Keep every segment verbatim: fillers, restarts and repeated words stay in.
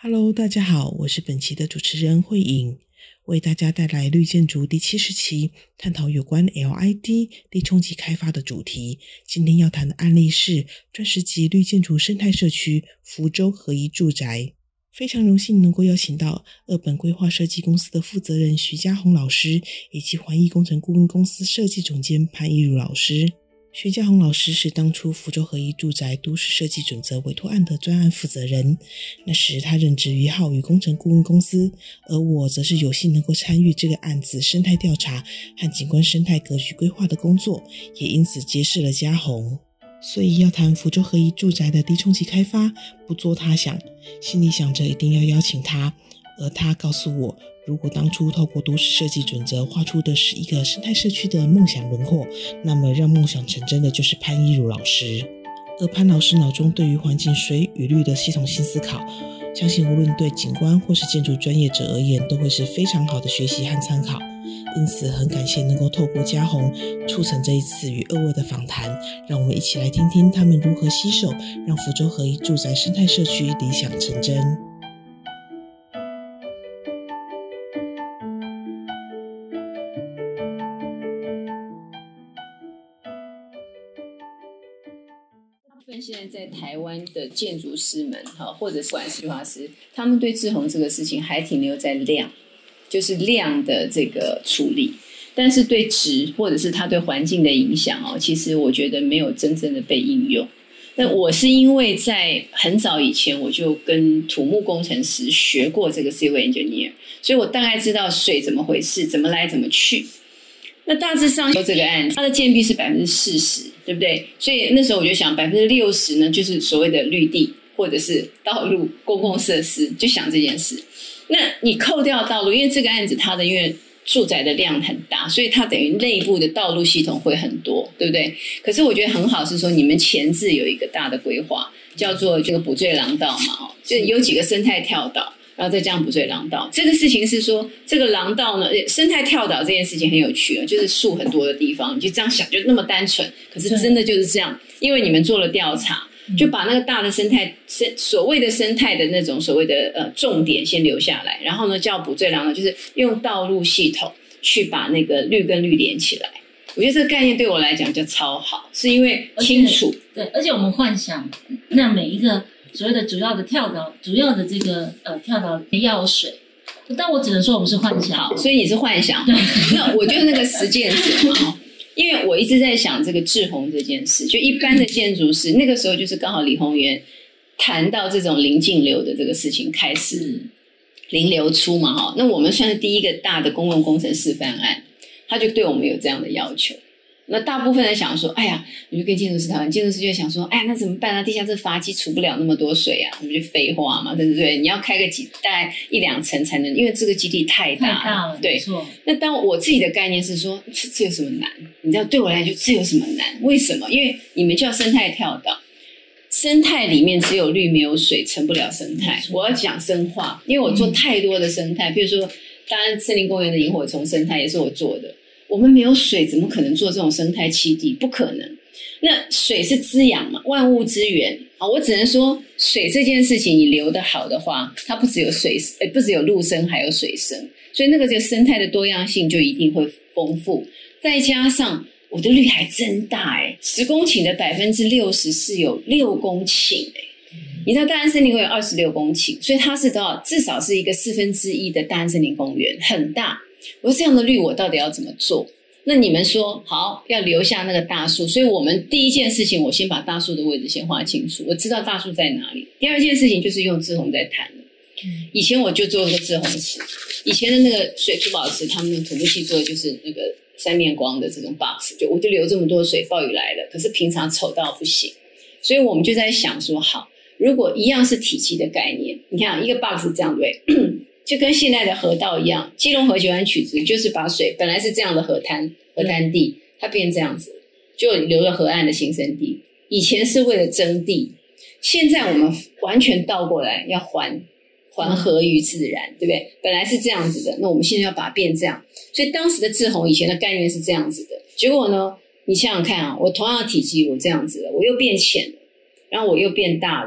Hello， 大家好，我是本期的主持人慧颖，为大家带来绿建筑第七十期，探讨有关 L I D 低冲击开发的主题。今天要谈的案例是钻石级绿建筑生态社区福州合一住宅。非常荣幸能够邀请到二本规划设计公司的负责人徐家宏老师，以及环艺工程顾问公司设计总监潘一如老师。徐家宏老师是当初福州合一住宅都市设计准则委托案的专案负责人，那时他任职于浩宇工程顾问公司，而我则是有幸能够参与这个案子生态调查和景观生态格局规划的工作，也因此结识了家宏。所以要谈福州合一住宅的低冲击开发，不做他想，心里想着一定要邀请他，而他告诉我，如果当初透过都市设计准则画出的是一个生态社区的梦想轮廓，那么让梦想成真的就是潘一如老师。而潘老师脑中对于环境水与绿的系统性思考，相信无论对景观或是建筑专业者而言，都会是非常好的学习和参考。因此很感谢能够透过家宏促成这一次与二位的访谈，让我们一起来听听他们如何携手让福州合一住宅生态社区理想成真。 现在在台湾的建筑师们或者是管计划师，他们对志宏这个事情还停留在量，就是量的这个处理，但是对质或者是它对环境的影响哦，其实我觉得没有真正的被应用。那我是因为在很早以前我就跟土木工程师学过这个 civil engineer， 所以我大概知道水怎么回事，怎么来怎么去。那大致上这个案子，它的建蔽是 百分之四十， 对不对？所以那时候我就想 百分之六十 呢，就是所谓的绿地或者是道路公共设施，就想这件事。那你扣掉道路，因为这个案子它的因为住宅的量很大，所以它等于内部的道路系统会很多，对不对？可是我觉得很好是说你们前置有一个大的规划，叫做这个补缀廊道嘛，就有几个生态跳岛，然后再这样补缀廊道。这个事情是说这个廊道呢，生态跳岛这件事情很有趣，就是树很多的地方，你就这样想就那么单纯，可是真的就是这样，因为你们做了调查，就把那个大的生态所谓的生态的那种所谓的呃重点先留下来，然后呢叫补缀廊呢，就是用道路系统去把那个绿跟绿连起来。我觉得这个概念对我来讲就超好，是因为清楚。 对，而且我们幻想那每一个所谓的主要的跳岛，主要的这个呃跳岛要有水，但我只能说我们是幻想。 好，所以你是幻想。那我就是那个实践者嘛。因为我一直在想这个志宏这件事，就一般的建筑师，那个时候就是刚好李宏源谈到这种零径流的这个事情开始，零流出嘛，哈，那我们算是第一个大的公共工程示范案，他就对我们有这样的要求。那大部分人想说，哎呀，我就跟建筑师讨论，建筑师就会想说，哎呀，那怎么办啊？地下室阀机储不了那么多水啊，我们就废话嘛，对不对？你要开个几大概一两层才能，因为这个基地太大了， 太大了， 对。那当我自己的概念是说，这这有什么难？你知道，对我来说，这有什么难？为什么？因为你们叫生态跳岛，生态里面只有绿没有水，成不了生态。我要讲生化，因为我做太多的生态，嗯、比如说，当然森林公园的萤火虫生态也是我做的。我们没有水，怎么可能做这种生态栖地？不可能。那水是滋养嘛，万物之源啊。我只能说，水这件事情你留得好的话，它不只有水，呃，不只有陆生，还有水生，所以那个就生态的多样性就一定会丰富。再加上我的绿还真大哎，十公顷的百分之六十是有六公顷哎。你知道大安森林公园二十六公顷，所以它是多少？至少是一个四分之一的大安森林公园，很大。我说这样的绿我到底要怎么做？那你们说好要留下那个大树，所以我们第一件事情，我先把大树的位置先画清楚，我知道大树在哪里。第二件事情就是用志宏在谈的。以前我就做一个志宏池，以前的那个水土保池，他们土木系做的就是那个三面光的这种 box， 就我就留这么多水，暴雨来了，可是平常丑到不行，所以我们就在想说，好，如果一样是体积的概念，你看一个 box 这样对。就跟现在的河道一样，基隆河九湾曲直就是把水本来是这样的河滩河滩地，它变这样子，就留了河岸的新生地。以前是为了征地，现在我们完全倒过来，要还还河于自然，对不对？本来是这样子的，那我们现在要把它变这样。所以当时的志宏以前的概念是这样子的，结果呢，你想想看啊，我同样的体积我这样子了，我又变浅了，然后我又变大了。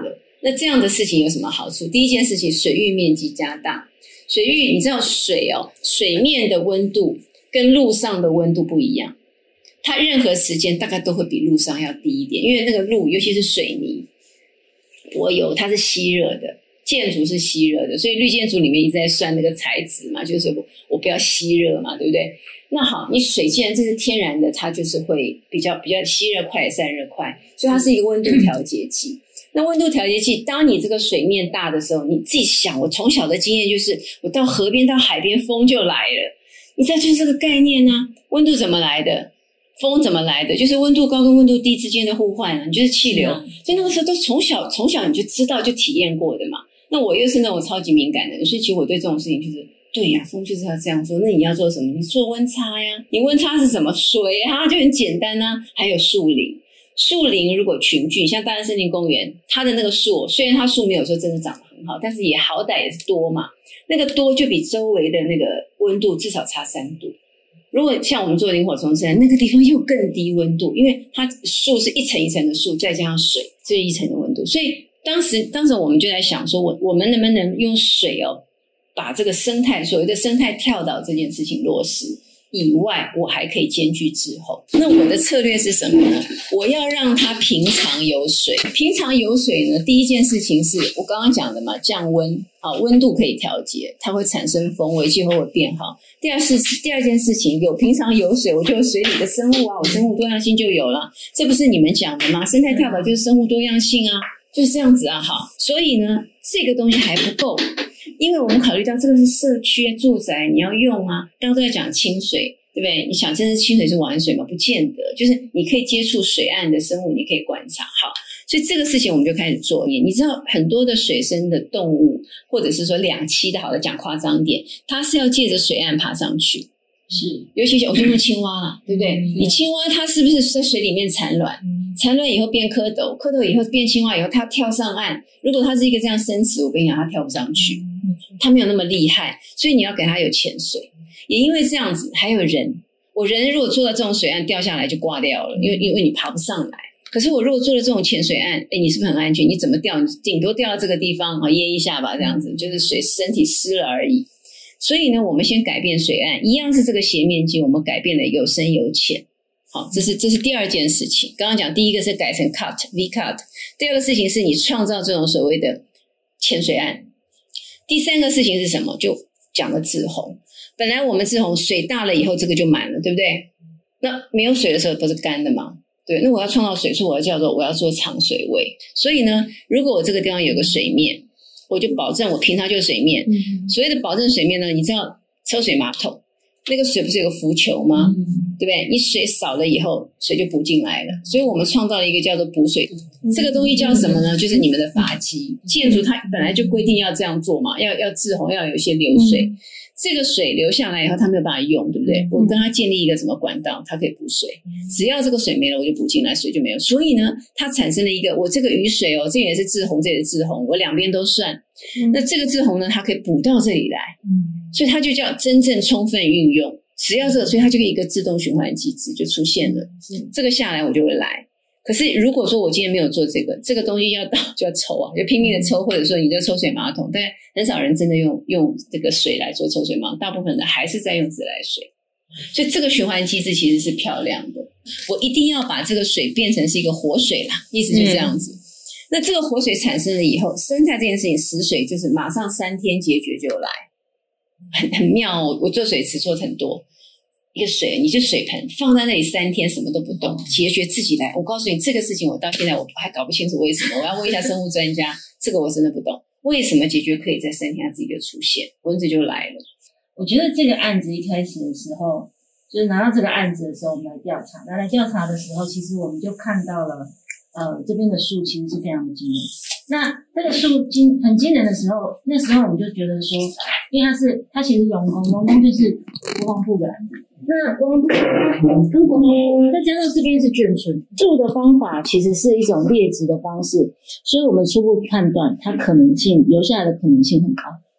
那这样的事情有什么好处？第一件事情，水域面积加大。水域你知道水哦，水面的温度跟陆上的温度不一样，它任何时间大概都会比陆上要低一点，因为那个陆尤其是水泥，我有它是吸热的，建筑是吸热的，所以绿建筑里面一直在算那个材质嘛，就是我我不要吸热嘛，对不对？那好，你水既然这是天然的，它就是会比较比较吸热快散热快，所以它是一个温度调节器。那温度调节器，当你这个水面大的时候，你自己想，我从小的经验就是，我到河边到海边风就来了，你知道就是这个概念啊。温度怎么来的？风怎么来的？就是温度高跟温度低之间的互换啊，你就是气流。嗯、所以那个时候都从小从小你就知道就体验过的嘛。那我又是那种超级敏感的人，所以其实我对这种事情就是对呀，风就是要这样做。那你要做什么？你做温差呀。你温差是什么？水啊，就很简单啊。还有树林。树林如果群聚，像大安森林公园，它的那个树，虽然它树没有说真的长得很好，但是也好歹也是多嘛。那个多就比周围的那个温度至少差三度。如果像我们做萤火虫生，那个地方又更低温度，因为它树是一层一层的树，再加上水，这一层的温度。所以当时当时我们就在想说，我我们能不能用水哦，把这个生态所谓的生态跳岛这件事情落实。以外，我还可以兼具滞洪。那我的策略是什么呢？我要让它平常有水。平常有水呢，第一件事情是我刚刚讲的嘛，降温，好，温度可以调节，它会产生风，尾气候会变好。第二是第二件事情，有平常有水，我就有水里的生物啊，我生物多样性就有了。这不是你们讲的吗？生态跳岛就是生物多样性啊，就是这样子啊，好。所以呢，这个东西还不够。因为我们考虑到这个是社区住宅，你要用啊，大家都在讲清水，对不对？你想真的清水是玩水吗？不见得，就是你可以接触水岸的生物，你可以观察。好，所以这个事情我们就开始做。你知道很多的水生的动物，或者是说两栖的，好的讲夸张点，它是要借着水岸爬上去。是，尤其我就用青蛙啦，对不对？嗯、你青蛙它是不是在水里面产卵？嗯、产卵以后变蝌蚪，蝌蚪以后变青蛙以后，它跳上岸。如果它是一个这样生殖，我跟你讲，它跳不上去。他没有那么厉害，所以你要给他有潜水。也因为这样子，还有人，我人如果坐到这种水岸掉下来就挂掉了，因为因为你爬不上来。可是我如果做了这种潜水岸，哎，你是不是很安全？你怎么掉？你顶多掉到这个地方啊，淹一下吧，这样子就是水身体湿了而已。所以呢，我们先改变水岸，一样是这个斜面积，我们改变了有深有浅。好，这是这是第二件事情。刚刚讲第一个是改成 cut V cut， 第二个事情是你创造这种所谓的潜水岸。第三个事情是什么？就讲了滞洪。本来我们滞洪水大了以后，这个就满了，对不对？那没有水的时候不是干的吗？对，那我要创造水处，我要叫做我要做长水位。所以呢，如果我这个地方有个水面，我就保证我平常就是水面。嗯、所谓的保证水面呢，你知道抽水马桶那个水不是有个浮球吗？嗯、对不对？你水少了以后，水就补进来了。所以我们创造了一个叫做补水。这个东西叫什么呢？就是你们的法基建筑，它本来就规定要这样做嘛，要要滞洪，要有一些流水。嗯、这个水流下来以后，它没有办法用，对不对？我跟它建立一个什么管道，它可以补水。只要这个水没了，我就补进来，水就没有。所以呢，它产生了一个，我这个雨水哦，这也是滞洪，这也是滞洪，我两边都算。嗯、那这个滞洪呢，它可以补到这里来，嗯、所以它就叫真正充分运用。只要这个，所以它就一个自动循环机制就出现了。嗯、这个下来我就会来。可是如果说我今天没有做这个，这个东西要到就要抽啊，就拼命的抽，或者说你就抽水马桶，但很少人真的用用这个水来做抽水马桶，大部分人还是在用自来水。所以这个循环机制其实是漂亮的。我一定要把这个水变成是一个活水啦，意思就是这样子。嗯、那这个活水产生了以后，生态这件事情死水就是马上三天解决就来，很很妙哦。我做水池做很多。一个水，你就水盆放在那里三天，什么都不动，解决自己来。我告诉你，这个事情我到现在我还搞不清楚为什么，我要问一下生物专家，这个我真的不懂，为什么解决可以在三天它自己就出现，蚊子就来了。 我觉得这个案子一开始的时候，就是拿到这个案子的时候，我们来调查，拿来调查的时候，其实我们就看到了，呃，这边的树其实是非常的惊人。那这个树惊很惊人的时候，那时候我们就觉得说，因为它是它其实永工，永工就是国防部的。那光跟国防再加上这边是眷村住的方法，其实是一种劣质的方式，所以我们初步判断它可能性留下来的可能性很高。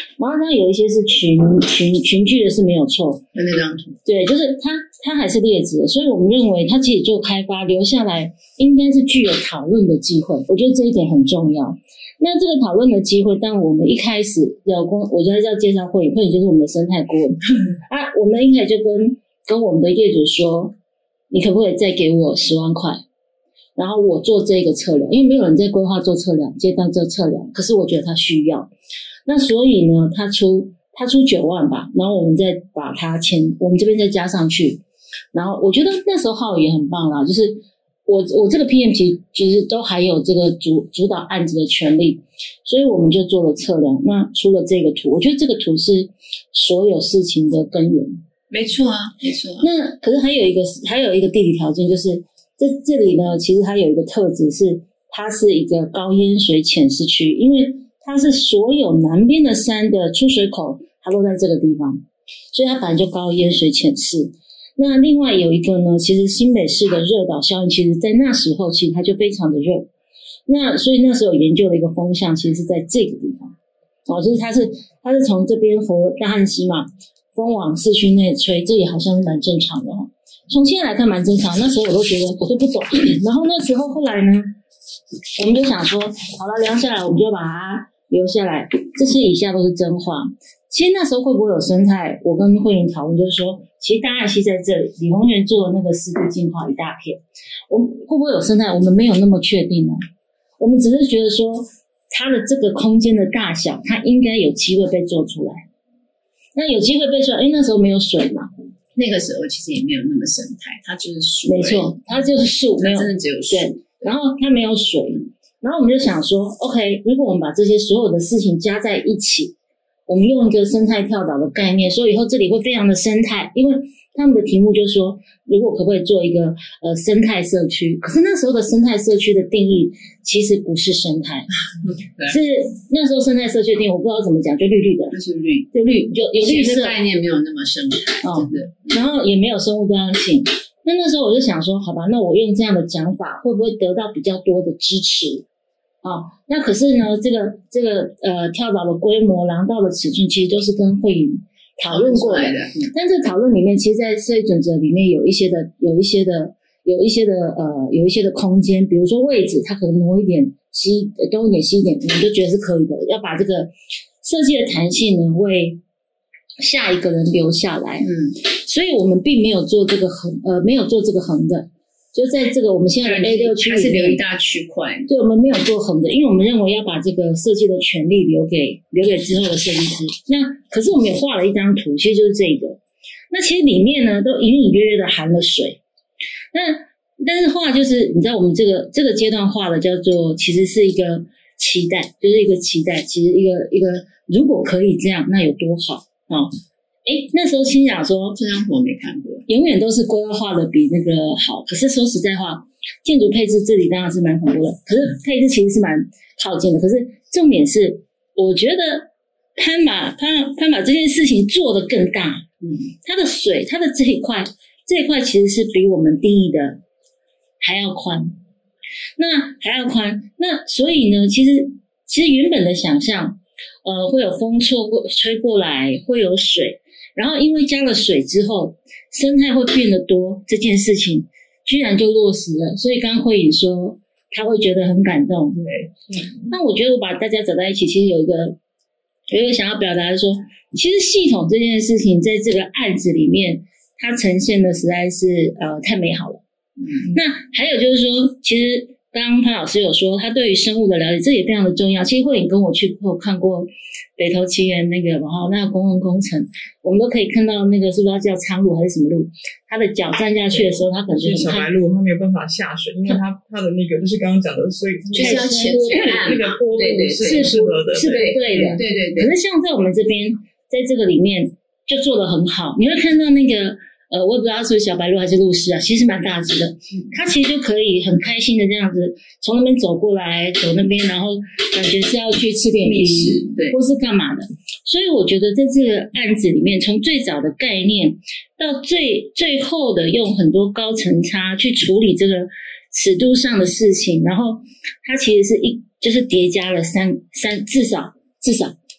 然后它有一些是群群群聚的是没有错， 那那张图， 对，就是它它还是劣质的，所以我们认为它其实做开发留下来应该是具有讨论的机会，我觉得这一点很重要。那这个讨论的机会，当我们一开始要跟我觉得要介绍慧颖，慧颖就是我们的生态顾问啊，我们一开始就跟跟我们的业主说，你可不可以再给我十万块？然后我做这个测量，因为没有人在规划做测量，接单做测量，可是我觉得他需要，那所以呢，他出他出九万吧，然后我们再把它签，我们这边再加上去，然后我觉得那时候浩也很棒啦，就是我我这个 P M 其实其实都还有这个主主导案子的权利，所以我们就做了测量，那出了这个图，我觉得这个图是所有事情的根源， 没错啊，没错、啊。 那可是还有一个还有一个地理条件就是。这这里呢，其实它有一个特质是，它是一个高淹水浅湿区，因为它是所有南边的山的出水口，它都在这个地方，所以它本来就高淹水浅湿。那另外有一个呢，其实新北市的热岛效应，其实在那时候其实它就非常的热，那所以那时候有研究的一个风向，其实是在这个地方，哦，就是它是它是从这边和大汉溪嘛，风往市区内吹，这也好像是蛮正常的哦。从现在来看蛮正常，那时候我都觉得我都不懂。然后那时候后来呢，我们就想说，好了，量下来我们就把它留下来。这些以下都是真话。其实那时候会不会有生态？我跟慧颖讨论就是说，其实大汉溪在这里，李宏源做的那个湿地净化一大片，我们会不会有生态？我们没有那么确定呢。我们只是觉得说，它的这个空间的大小，它应该有机会被做出来。那有机会被出来，因为那时候没有水嘛。 那个时候其实也没有那么生态，它就是树， 没错，它就是树，没有真的只有树。 对，然后它没有水，然后我们就想说 ，OK， 如果我们把这些所有的事情加在一起，我们用一个生态跳岛的概念，所以以后这里会非常的生态，因为他们的题目就说，如果可不可以做一个呃生态社区？可是那时候的生态社区的定义其实不是生态，是那时候生态社区的定义我不知道怎么讲，就绿绿的， 那是绿， 就绿，就有绿色概念没有那么生态， 哦、 真的。 然后也没有生物多样性。那那时候我就想说，好吧，那我用这样的讲法，会不会得到比较多的支持？啊、哦，那可是呢，这个这个呃跳岛的规模、廊道的尺寸，其实都是跟慧颖讨论过的。 的但这讨论里面，其实，在设计准则里面有一些的、有一些的、有一些的呃、有一些的空间，比如说位置，它可能挪一点、西多一点、西一点，我们就觉得是可以的。要把这个设计的弹性呢，为下一个人留下来。嗯，所以我们并没有做这个横，呃，没有做这个横的。就在这个我们现在的 A 六 区还是留一大区块， 对，我们没有做横的，因为我们认为要把这个设计的权利留给留给之后的设计师。那可是我们也画了一张图，其实就是这个。那其实里面呢，都隐隐约约的含了水。那但是画就是你知道我们这个这个阶段画的叫做，其实是一个期待，就是一个期待，其实一个一个如果可以这样，那有多好啊！哦诶，那时候心想说， 这张图我没看过， 永远都是规划画的比那个好。可是说实在话，建筑配置这里当然是蛮恐怖的，可是配置其实是蛮靠近的。可是重点是，我觉得攀马攀攀马这件事情做得更大，嗯，它的水，它的这一块，这一块其实是比我们定义的还要宽，那还要宽，那所以呢，其实其实原本的想象，呃，会有风错过吹过来，会有水。然后因为加了水之后，生态会变得多，这件事情居然就落实了。所以刚刚慧颖说他会觉得很感动。对，嗯，那我觉得我把大家找在一起，其实有一个有一个想要表达的说，其实系统这件事情在这个案子里面，它呈现的实在是呃太美好了。嗯，那还有就是说，其实刚刚潘老师有说他对于生物的了解，这也非常的重要。其实慧颖跟我去过看过北投奇缘那个，然后那个公共工程，我们都可以看到那个是不是要叫苍路还是什么路？他的脚站下去的时候，他可能就很小白鹿，他没有办法下水，因为他他的那个就是刚刚讲的，所以就是要潜水那个坡度是适合的， 是的，对的， 对对对。 可是像在我们这边，在这个里面就做得很好，你会看到那个。呃，我也不知道是不是小白鹿还是鹿狮啊，其实蛮大只的。它其实就可以很开心的这样子从那边走过来，走那边，然后感觉是要去吃点鱼，对，或是干嘛的。所以我觉得在这个案子里面，从最早的概念到最最后的用很多高层差去处理这个尺度上的事情，然后它其实是一就是叠加了三三至少至少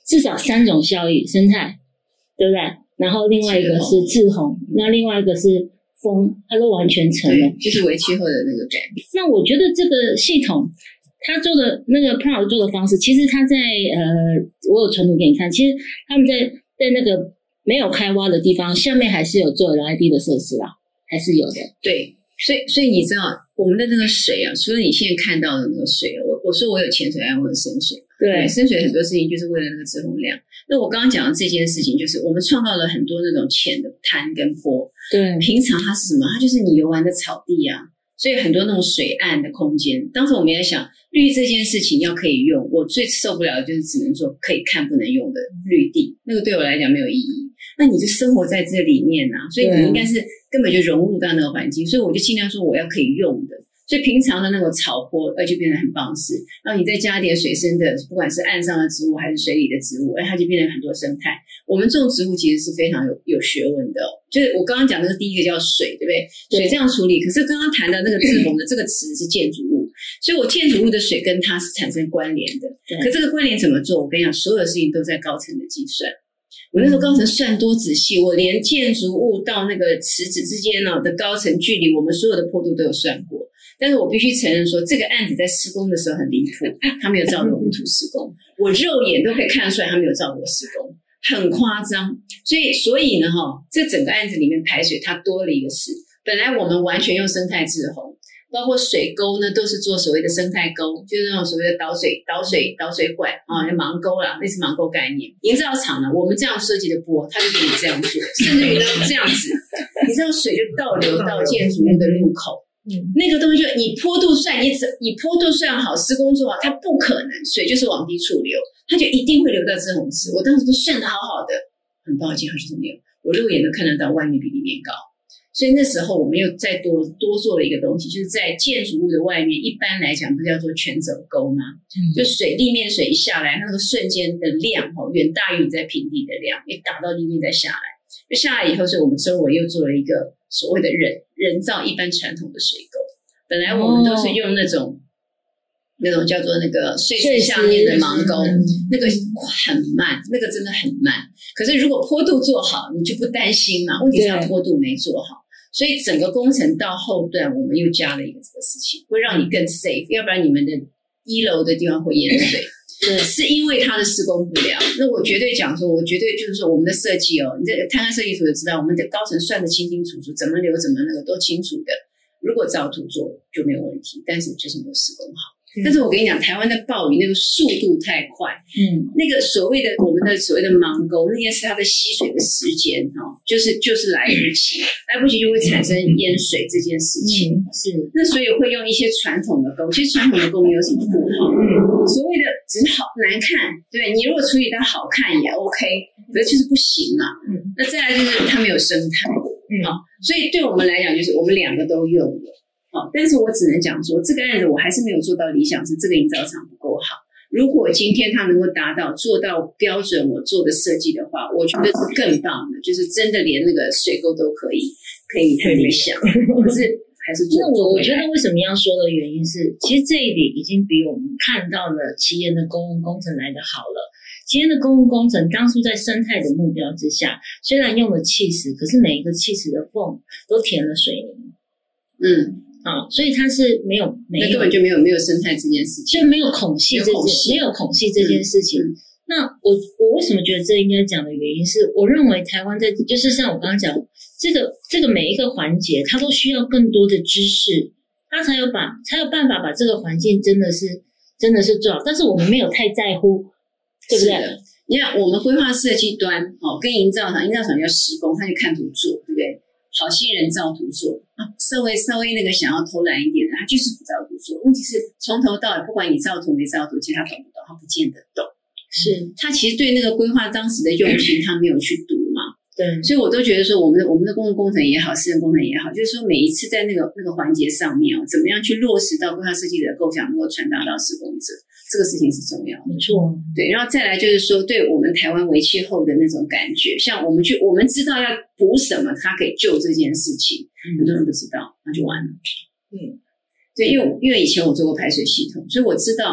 至少三种效益，生态，对不对？然后另外一个是滞洪，那另外一个是风，它都完全成了， 就是为气候的那个改变。 那我觉得这个系统，他做的那个 Proud 做的方式，其实他在呃，我有传图给你看，其实他们在在那个没有开挖的地方，下面还是有做 L I D 的设施啦，还是有的。 对，所以所以你知道我们的那个水啊，除了你现在看到的那个水，我我说我有潜水岸，我有深水，对，深水很多事情就是为了那个滞洪量。那我刚刚讲的这件事情，就是我们创造了很多那种浅的滩跟坡。 对， 平常它是什么？它就是你游玩的草地啊，所以很多那种水岸的空间。当时我们也想，绿这件事情要可以用，我最受不了的就是只能做可以看不能用的绿地，那个对我来讲没有意义。那你就生活在这里面啊，所以你应该是根本就融入到那个环境，所以我就尽量说我要可以用的。所以平常的那种草坡，呃，就变得很棒式。然后你再加点水生的，不管是岸上的植物还是水里的植物，哎，它就变成很多生态。我们种植物其实是非常有有学问的、哦，就是我刚刚讲的第一个叫水，对不对？水这样处理，可是刚刚谈的那个滞洪的这个词是建筑物，所以我建筑物的水跟它是产生关联的。可这个关联怎么做？我跟你讲，所有的事情都在高层的计算。我那时候高层算多仔细，我连建筑物到那个池子之间呢的高层距离，我们所有的坡度都有算过。但是我必须承认说，这个案子在施工的时候很离谱，他没有照着无土施工，我肉眼都可以看得出来他没有照着施工，很夸张。所以，所以呢，哈，这整个案子里面排水它多了一个事，本来我们完全用生态滞洪，包括水沟呢，都是做所谓的生态沟，就是那种所谓的导水、导水、导水管啊，盲沟啦，类似盲沟概念。营造厂呢，我们这样设计的波，它就给你这样做，甚至于呢这样子，你知道水就倒流到建筑物的入口。嗯，那个东西就你坡度算，你你坡度算好，施工做好，它不可能水就是往低处流，它就一定会流到滞洪池。我当时都算得好好的，很抱歉，它就是没有，我肉眼都看得到外面比里面高。所以那时候我们又再多多做了一个东西，就是在建筑物的外面，一般来讲不叫做全走沟吗？嗯、就水地面水一下来，那个瞬间的量远大于你在平地的量，也打到地面再下来。就下来以后，所以我们周围又做了一个所谓的人人造一般传统的水沟。本来我们都是用那种、哦、那种叫做那个碎石下面的盲沟，那个很慢，那个真的很慢。可是如果坡度做好，你就不担心嘛。问题是它坡度没做好，所以整个工程到后段，我们又加了一个这个事情，会让你更 safe， 要不然你们的一楼的地方会淹水。对，是因为它的施工不良。那我绝对讲说，我绝对就是说，我们的设计哦，你这看看设计图就知道，我们的高层算得清清楚楚，怎么流怎么那个都清楚的。如果照图做就没有问题，但是就是没有施工好。但是我跟你讲，台湾的暴雨那个速度太快，嗯，那个所谓的我们的所谓的盲沟，那件是它的吸水的时间哦，就是就是来不及，来不及就会产生淹水这件事情。嗯、是，那所以会用一些传统的沟，其实传统的沟没有什么不好，嗯，所谓的只是好难看，对你如果处理它好看也 OK， 可是就是不行嘛。嗯，那再来就是它没有生态，嗯，好，所以对我们来讲就是我们两个都用了。好，但是我只能讲说，这个案子我还是没有做到理想，是这个营造厂不够好。如果今天他能够达到做到标准我做的设计的话，我觉得是更棒的，就是真的连那个水沟都可以可以很理想。可是还是做。那我我觉得为什么要说的原因是，其实这一点已经比我们看到了奇岩的公共工程来得好了。奇岩的公共工程当初在生态的目标之下，虽然用了气石，可是每一个气石的缝都填了水泥。嗯。啊、哦，所以它是没有没有， 那根本就没有没有生态这件事情， 就没有孔隙这件没有孔隙这件事情。嗯嗯、那我我为什么觉得这应该讲的原因是，我认为台湾在就是像我刚刚讲，这个这个每一个环节，它都需要更多的知识，它才有把才有办法把这个环境真的是真的是做好。但是我们没有太在乎，对不对？ 你看我们规划设计端哦，跟营造厂，营造厂要施工，他就看图做，对不对？好心人照图做啊，稍微稍微那个想要偷懒一点的，他就是不照图做。问题是从头到尾，不管你照图没照图，其实他懂不懂，他不见得懂。 是他其实对那个规划当时的用心，他没有去读嘛。 对， 所以我都觉得说，我们的我们的公共工程也好，私人工程也好，就是说每一次在那个那个环节上面哦，怎么样去落实到规划设计的构想，能够传达到施工者。这个事情是重要的， 没错。 对，然后再来就是说，对我们台湾为气候的那种感觉，像我们去，我们知道要补什么，它可以救这件事情，嗯、很多人不知道，那就完了。嗯，对，因为因为以前我做过排水系统，所以我知道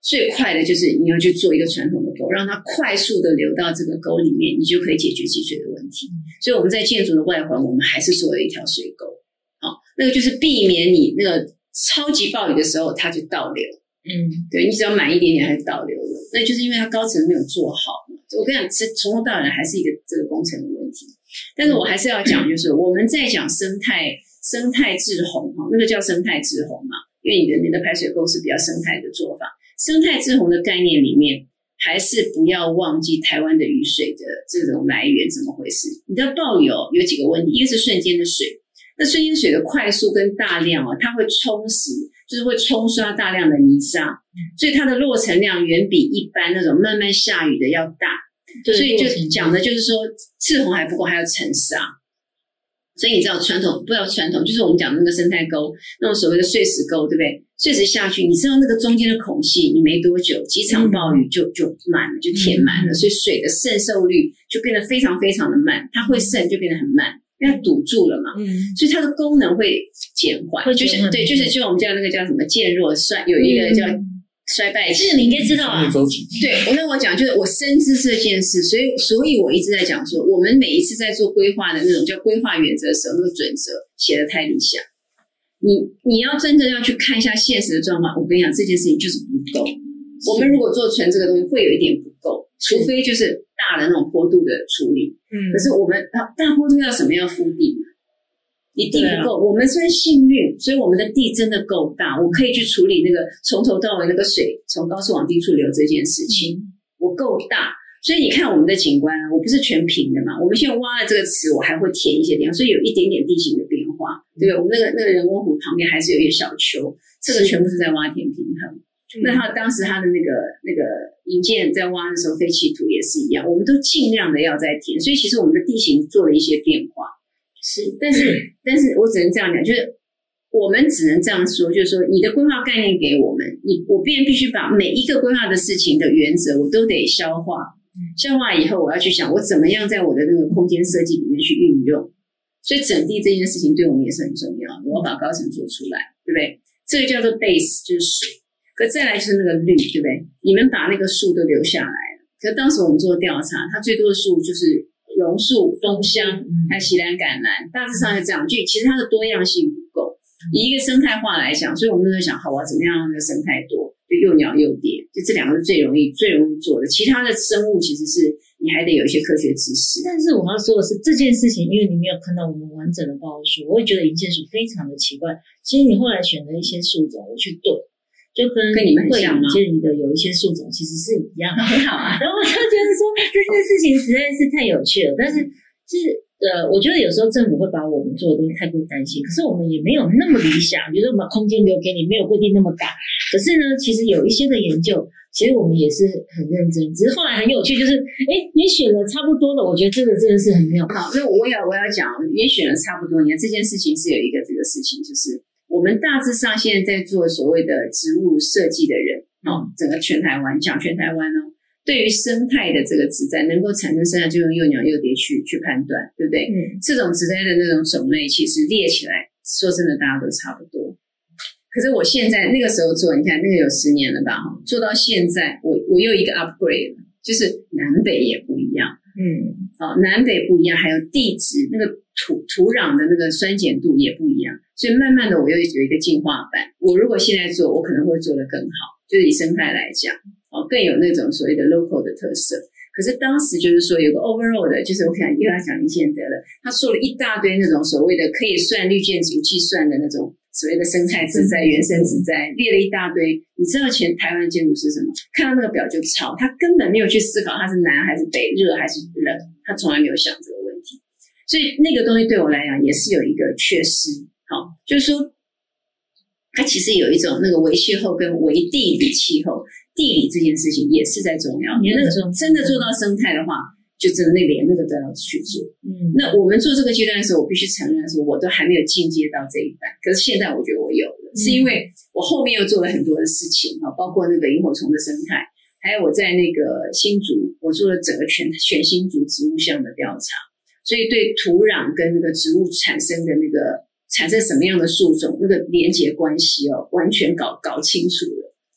最快的就是你要去做一个传统的沟，让它快速的流到这个沟里面，你就可以解决积水的问题。所以我们在建筑的外环，我们还是做了一条水沟，好，那个就是避免你那个超级暴雨的时候它就倒流。嗯，对，你只要满一点点还是倒流了，那就是因为它高层没有做好嘛。我跟你讲，从头到尾还是一个这个工程的问题。但是我还是要讲，就是我们在讲生态生态滞洪哈，那个叫生态滞洪嘛，因为你的你的排水沟是比较生态的做法。生态滞洪的概念里面，还是不要忘记台湾的雨水的这种来源怎么回事。你知道暴雨哦有几个问题，一个是瞬间的水，那瞬间水的快速跟大量哦，它会冲蚀。就是会冲刷大量的泥沙，所以它的落成量远比一般那种慢慢下雨的要大。所以就讲的就是说，滞洪还不够，还要沉沙。所以你知道传统，不知道传统，就是我们讲的那个生态沟，那种所谓的碎石沟，对不对？碎石下去，你知道那个中间的孔隙，你没多久几场暴雨就就满了，就填满了，所以水的渗受率就变得非常非常的慢，它会渗就变得很慢。因为它堵住了嘛，嗯，所以它的功能会减缓，就是对，就是就我们叫那个叫什么渐弱衰，有一个叫衰败期， 这个你应该知道啊。 对，我跟我讲，就是我深知这件事，所以所以我一直在讲说，我们每一次在做规划的那种叫规划原则的时候，那个准则写得太理想，你你要真正要去看一下现实的状况，我跟你讲，这件事情就是不够。我们如果做纯这个东西，会有一点不够，除非就是大的那种坡度的处理。嗯，可是我们大坡度要什么？要敷地，你地不够。啊、我们算幸运，所以我们的地真的够大，我可以去处理那个从头到尾那个水从高处往低处流这件事情，嗯、我够大。所以你看我们的景观，我不是全平的嘛，我们现在挖了这个池，我还会填一些地方，所以有一点点地形的变化，对不对？我们那个那个人工湖旁边还是有一些小丘，这个全部是在挖填平衡。那他当时他的那个那个营建在挖的时候，废弃土也是一样，我们都尽量的要在填，所以其实我们的地形做了一些变化，是，但是、嗯、但是我只能这样讲，就是我们只能这样说，就是说你的规划概念给我们，你我便必须把每一个规划的事情的原则我都得消化，消化以后我要去想我怎么样在我的那个空间设计里面去运用，所以整地这件事情对我们也是很重要，我要把高层做出来，对不对？这个叫做 base， 就是水。可再来就是那个绿，对不对？你们把那个树都留下来了。可当时我们做调查，它最多的树就是榕树、枫香，还有锡兰橄榄，大致上是这样。就其实它的多样性不够。以一个生态化来讲，所以我们那时候想，好啊，怎么样让那个生态多？就又鸟又蝶，就这两个是最容易、最容易做的。其他的生物其实是你还得有一些科学知识。 但是我要说的是，这件事情，因为你没有看到我们完整的报告书，我会觉得营建署非常的奇怪。其实你后来选的一些树种，我去对。就跟跟你们很像吗？ 建议的有一些树种其实是一样的， 很好啊。 然后我就觉得说这件事情实在是太有趣了，但是是呃，我觉得有时候政府会把我们做的东西太过担心，可是我们也没有那么理想，比如说我们把空间留给你，没有规定那么大。可是呢，其实有一些的研究，其实我们也是很认真，只是后来很有趣，就是哎，你选了差不多了，我觉得这个真的是很妙。 好，那我要我要讲，你选了差不多，你看这件事情是有一个这个事情，就是。我们大致上现在在做所谓的植物设计的人，哦，整个全台湾讲全台湾哦，对于生态的这个植栽能够产生生态，就用幼鸟幼蝶去去判断，对不对？嗯，这种植栽的那种种类，其实列起来，说真的，大家都差不多。可是我现在那个时候做，你看那个有十年了吧？哈，做到现在，我我又一个 upgrade， 就是南北也不一样。嗯，好，南北不一样，还有地质那个土土壤的那个酸碱度也不一样。所以慢慢的我又有一个进化版，我如果现在做，我可能会做得更好，就是以生态来讲，哦，更有那种所谓的 local 的特色。可是当时就是说有个 overall 的，就是我想又要讲林建德了，他说了一大堆那种所谓的可以算绿建筑计算的那种所谓的生态植栽、原生植栽，列了一大堆。你知道前台湾建筑是什么？看到那个表就抄，他根本没有去思考它是南还是北、热还是冷，他从来没有想这个问题。所以那个东西对我来讲也是有一个缺失。好，就是说，它其实有一种那个微气候跟微地理气候，地理这件事情也是在重要。你那个真的做到生态的话，就真的那连那个都要去做。嗯，那我们做这个阶段的时候，我必须承认说，我都还没有进阶到这一半。可是现在我觉得我有了，嗯、是因为我后面又做了很多的事情啊，包括那个萤火虫的生态，还有我在那个新竹，我做了整个全全新竹植物项的调查，所以对土壤跟那个植物产生的那个。产生什么样的树种，那个连结关系哦，完全搞搞清楚了。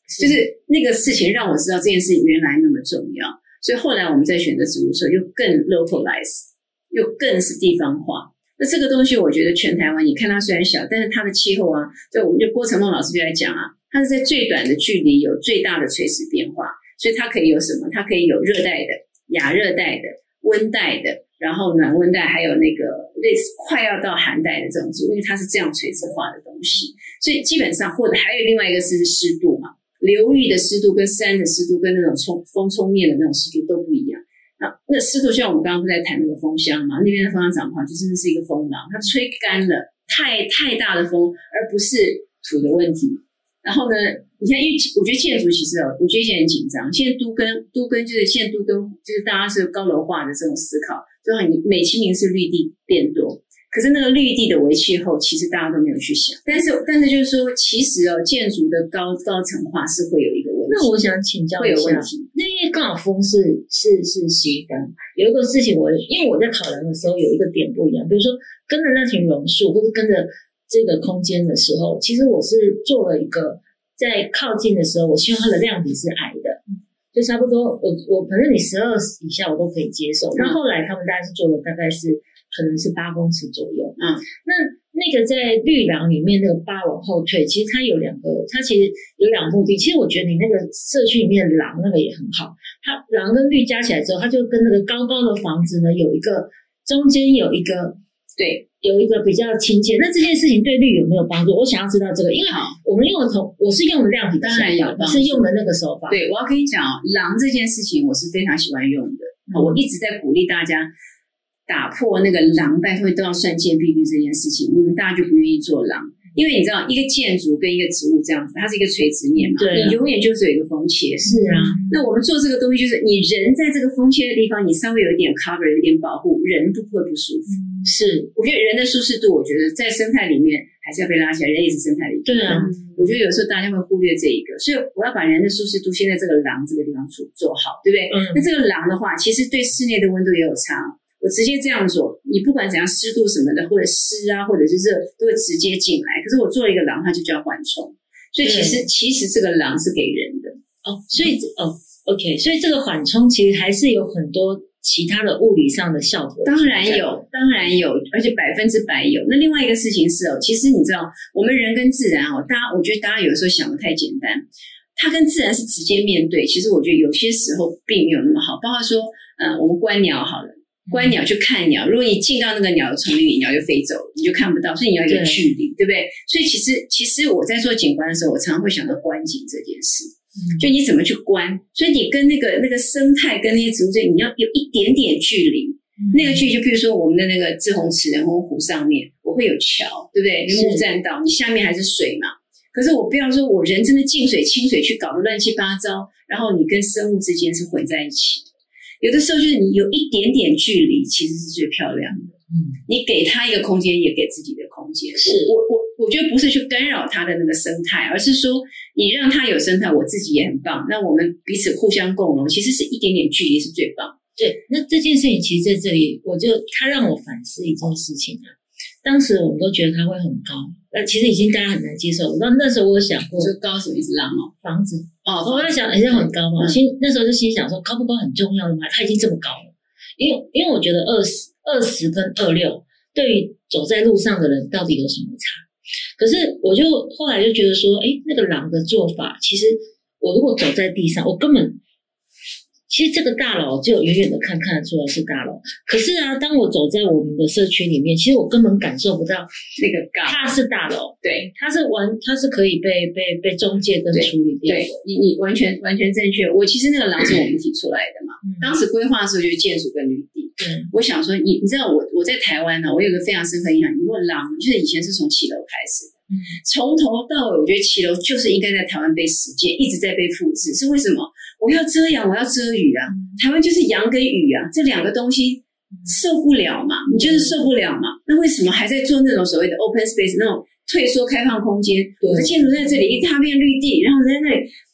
就是那个事情让我知道这件事情原来那么重要，所以后来我们在选择植物的时候又更 localize， 又更是地方化。那这个东西我觉得全台湾，你看它虽然小，但是它的气候啊，就我们就郭成梦老师就在讲啊，它是在最短的距离有最大的垂直变化，所以它可以有什么？它可以有热带的、亚热带的、温带的，然后暖温带，还有那个类似快要到寒带的这种植物，因为它是这样垂直化的东西，所以基本上或者还有另外一个是湿度嘛，流域的湿度跟山的湿度跟那种冲风冲面的那种湿度都不一样。那那湿度，像我们刚刚不是在谈那个风箱嘛，那边的风箱长不好，就真的是一个风廊，它吹干了，太太大的风，而不是土的问题。然后呢，你看，因为我觉得建筑其实哦，我觉得现在很紧张。现在都更都更就是现在都更就是大家是高楼化的这种思考，就你美其名是绿地变多，可是那个绿地的微气候，其实大家都没有去想。但是但是就是说，其实哦，建筑的高高层化是会有一个问题。 那我想请教一下， 会有问题。 那因为刚好风是是是西风，有一个事情我因为我在考量的时候有一个点不一样，比如说跟着那群榕树，或者跟着这个空间的时候，其实我是做了一个在靠近的时候，我希望它的量体是矮的，就差不多我我反正你十二以下我都可以接受。那、嗯、后来他们大概是做了大概是可能是八公尺左右，嗯，那那个在绿廊里面那个八往后退，其实它有两个，它其实有两个目的。其实我觉得你那个社区里面的廊那个也很好，它廊跟绿加起来之后，它就跟那个高高的房子呢有一个中间有一个对有一个比较亲切。那这件事情对绿有没有帮助？我想要知道这个，因为我们用的同我是用的量体的手法，是用的那个手法。 对，我要跟你讲哦，廊这件事情我是非常喜欢用的，嗯、我一直在鼓励大家。打破那个廊拜托都要算建蔽率这件事情，你们大家就不愿意做廊，因为你知道一个建筑跟一个植物这样子，它是一个垂直面嘛，对、啊，你永远就是有一个风切。 是啊， 那我们做这个东西就是你人在这个风切的地方，你稍微有一点 cover， 有一点保护，人不会不舒服。 嗯、是， 我觉得人的舒适度，我觉得在生态里面还是要被拉起来，人也是生态里面。 对啊， 我觉得有时候大家会忽略这一个，所以我要把人的舒适度先在这个廊这个地方做做好，对不对？嗯，那这个廊的话，其实对室内的温度也有差。我直接这样做，你不管怎样湿度什么的，或者湿啊，或者是热，都会直接进来。可是我做了一个廊，它就叫缓冲，所以其实其实这个廊是给人的哦。所以哦 ，OK， 所以这个缓冲其实还是有很多其他的物理上的效果。 当然有，当然有，而且百分之百有。那另外一个事情是哦，其实你知道，我们人跟自然哦，大家我觉得大家有的时候想的太简单，它跟自然是直接面对。其实我觉得有些时候并没有那么好，包括说，呃，我们观鸟好了。观鸟去看鸟，如果你进到那个鸟的丛林里，鸟就飞走了，你就看不到，所以你要有距离， 对, 对不对？所以其实其实我在做景观的时候，我常常会想到观景这件事，嗯、就你怎么去观，所以你跟那个那个生态跟那些植物之间，你要有一点点距离，嗯、那个距离就比如说我们的那个志洪池人工湖上面，我会有桥，对不对？木栈道，你下面还是水嘛。可是我不要说我人真的进水清水去搞得乱七八糟，然后你跟生物之间是混在一起。有的时候就是你有一点点距离，其实是最漂亮的。嗯，你给他一个空间，也给自己的空间。是我我我觉得不是去干扰他的那个生态，而是说你让他有生态，我自己也很棒。那我们彼此互相共荣，其实是一点点距离是最棒。 对，那这件事情其实在这里，我就他让我反思一件事情啊。当时我们都觉得它会很高，呃，其实已经大家很难接受。那那时候我有想过， 就高什么意思？廊哦， 房子哦， 我在想，人家很高嘛，嗯、心那时候就心想说，高不高很重要的嘛，它已经这么高了。因为因为我觉得二十二十跟二六对于走在路上的人到底有什么差？可是我就后来就觉得说，哎，那个廊的做法，其实我如果走在地上，我根本。其实这个大楼只有远远的看看得出来是大楼，可是啊，当我走在我们的社区里面，其实我根本感受不到那个高， 它是大楼， 对， 它是完，它是可以被被被中介跟处理掉的。 对，你你完全完全正确。我其实那个廊是我们提出来的嘛，嗯、当时规划的时候就是建筑跟绿地。嗯，我想说，你你知道我我在台湾呢，我有个非常深刻印象，如果廊就是以前是从骑楼开始的。嗯，从头到尾，我觉得骑楼就是应该在台湾被实践，一直在被复制。是为什么？我要遮阳，我要遮雨啊。台湾就是阳跟雨啊，这两个东西受不了嘛，你就是受不了嘛。那为什么还在做那种所谓的 open space 那种退缩开放空间？我的建筑在这里一大片绿地，然后在那里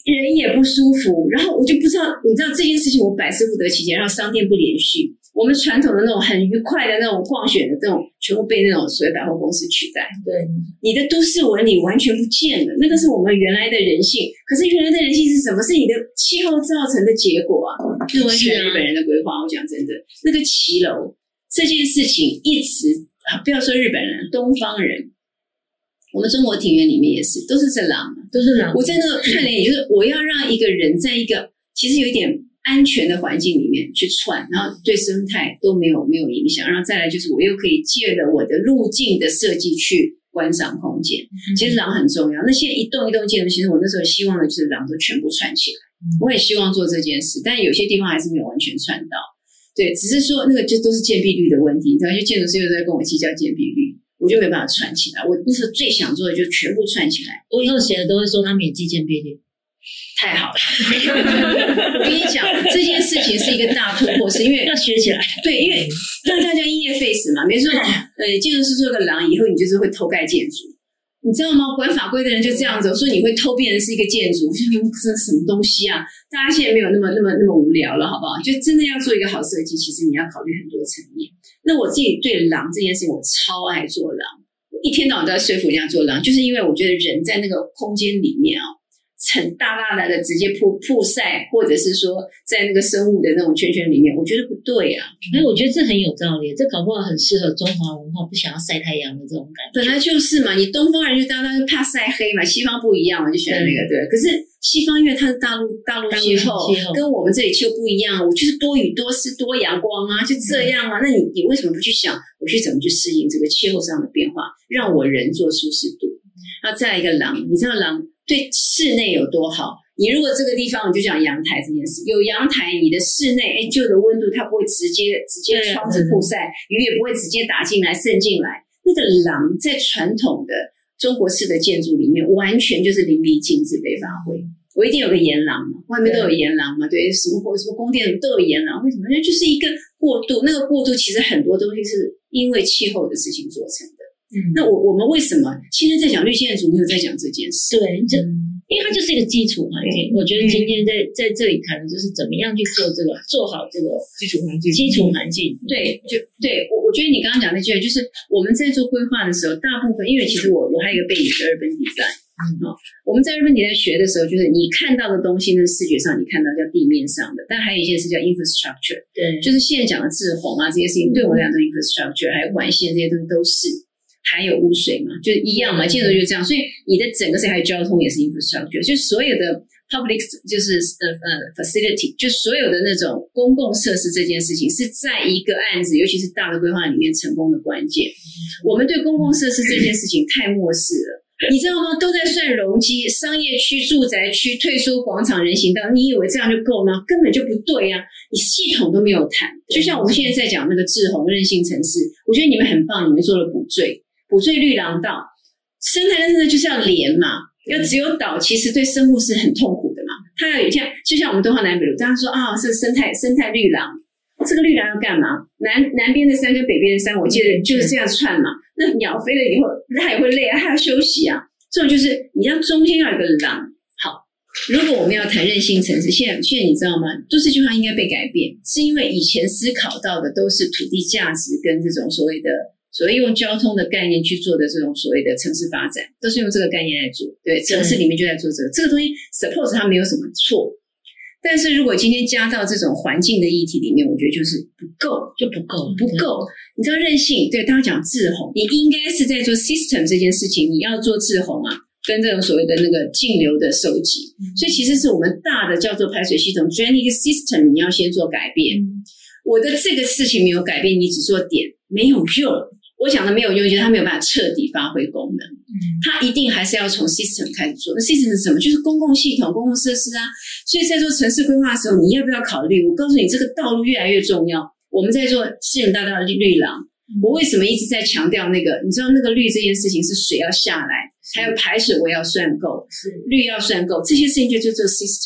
人也不舒服，然后我就不知道，你知道这件事情我百思不得其解，然后商店不连续，我们传统的那种很愉快的那种逛选的这种，全部被那种所谓百货公司取代。 对， 你的都市纹理完全不见了，那个是我们原来的人性。可是原来的人性是什么？是你的气候造成的结果啊！那完全日本人的规划，我讲真的，那个骑楼这件事情一直，不要说日本人，东方人。我们中国庭园里面也是，都是这狼， 都是狼。 我在那个串联，也就是我要让一个人在一个其实有一点安全的环境里面去窜，然后对生态都没有没有影响，然后再来就是我又可以借了我的路径的设计去观赏空间。其实狼很重要。那现在一栋一栋建筑，其实我那时候希望的就是狼都全部串起来，我也希望做这件事，但有些地方还是没有完全串到。对，只是说那个就都是建蔽率的问题，你知道，就建筑师又在跟我计较建蔽率。我就没办法串起来，我那时候最想做的就是全部串起来。 我以后写的都会说他们也计建蔽率， 太好了！我跟你讲，这件事情是一个大突破，是因为要学起来。 对，因为让大家因噎废食嘛。比如说，呃，建筑师做个廊，以后你就是会偷盖建筑，你知道吗？管法规的人就这样子，说你会偷变成是一个建筑，我说你们这什么东西啊？大家现在没有那么那么那么无聊了，好不好？就真的要做一个好设计，其实你要考虑很多层面。那我自己对狼这件事情，我超爱做狼，我一天到晚都在说服人家做狼，就是因为我觉得人在那个空间里面啊、哦，很大大的直接曝曝晒，或者是说在那个生物的那种圈圈里面，我觉得不对啊。 哎，我觉得这很有道理，这搞不好很适合中华文化不想要晒太阳的这种感觉。 本来就是嘛，你东方人就大家就怕晒黑嘛，西方不一样嘛，就喜欢那个对。可是西方因为它是大陆大陆气候，跟我们这里气候不一样，我就是多雨多湿多阳光啊，就这样啊。那你你为什么不去想我去怎么去适应这个气候上的变化，让我人做舒适度？那再来一个狼，你知道狼对室内有多好？你如果这个地方，我就讲阳台这件事，有阳台，你的室内哎旧的温度它不会直接直接窗子曝晒，雨也不会直接打进来渗进来。那个狼在传统的中国式的建筑里面，完全就是淋漓尽致被发挥。我一定有个沿廊嘛，外面都有沿廊嘛，对，什么什么宫殿都有沿廊，为什么？那就是一个过渡，那个过渡其实很多东西是因为气候的事情做成的。嗯，那我我们为什么现在在讲绿建筑，没有在讲这件事？ 对，这、嗯、因为它就是一个基础环境。我觉得今天在在这里谈的就是怎么样去做这个，做好这个基础环境。 基础环境， 对，就对我我觉得你刚刚讲那句，就是我们在做规划的时候，大部分因为其实我我还有一个背景是urban design。嗯、哦，我们在日本底在学的时候，就是你看到的东西呢，视觉上你看到叫地面上的，但还有一件事叫 infrastructure， 对，就是现在讲的滞洪啊这些事情，对我来讲都 infrastructure， 还有管线这些东西都是，还有污水嘛，就是一样嘛，建筑就这样，所以你的整个是还有交通也是 infrastructure， 就所有的 public 就是呃呃 facility， 就所有的那种公共设施这件事情是在一个案子，尤其是大的规划里面成功的关键。我们对公共设施这件事情太漠视了。你知道吗？都在算容积、商业区、住宅区、退缩广场、人行道，你以为这样就够吗？根本就不对啊！你系统都没有谈。就像我们现在在讲那个滞洪韧性城市，我觉得你们很棒，你们做了补缀，补缀绿廊道，生态真的就是要连嘛，要只有岛，其实对生物是很痛苦的嘛。它要有像，就像我们东华南北路，大家说啊，是生态生态绿廊，这个绿廊要干嘛？南南边的山跟北边的山，我记得就是这样串嘛。那鸟飞了以后，它也会累啊，它要休息啊。这种就是你要中间要有一个廊。好，如果我们要谈韧性城市，现在现在你知道吗？都这句话应该被改变，是因为以前思考到的都是土地价值跟这种所谓的所谓用交通的概念去做的这种所谓的城市发展，都是用这个概念来做。对，城市里面就在做这个，这个东西 suppose 它没有什么错。但是如果今天加到这种环境的议题里面，我觉得就是不够， 就不够， 不够。你知道韧性，对，大家讲滞洪，你应该是在做 system 这件事情，你要做滞洪啊，跟这种所谓的那个径流的收集，嗯、所以其实是我们大的叫做排水系统 drainage system， 你要先做改变。嗯、我的这个事情没有改变，你只做点没有用。我讲的没有用，就是它没有办法彻底发挥功能。嗯，它一定还是要从 system 开始做。那 system 是什么？就是公共系统、公共设施啊。所以在做城市规划的时候，你要不要考虑？我告诉你，这个道路越来越重要。我们在做西门大道的绿廊，嗯、我为什么一直在强调那个？你知道那个绿这件事情是水要下来，还有排水我要算够，是绿要算够，这些事情就就做 system。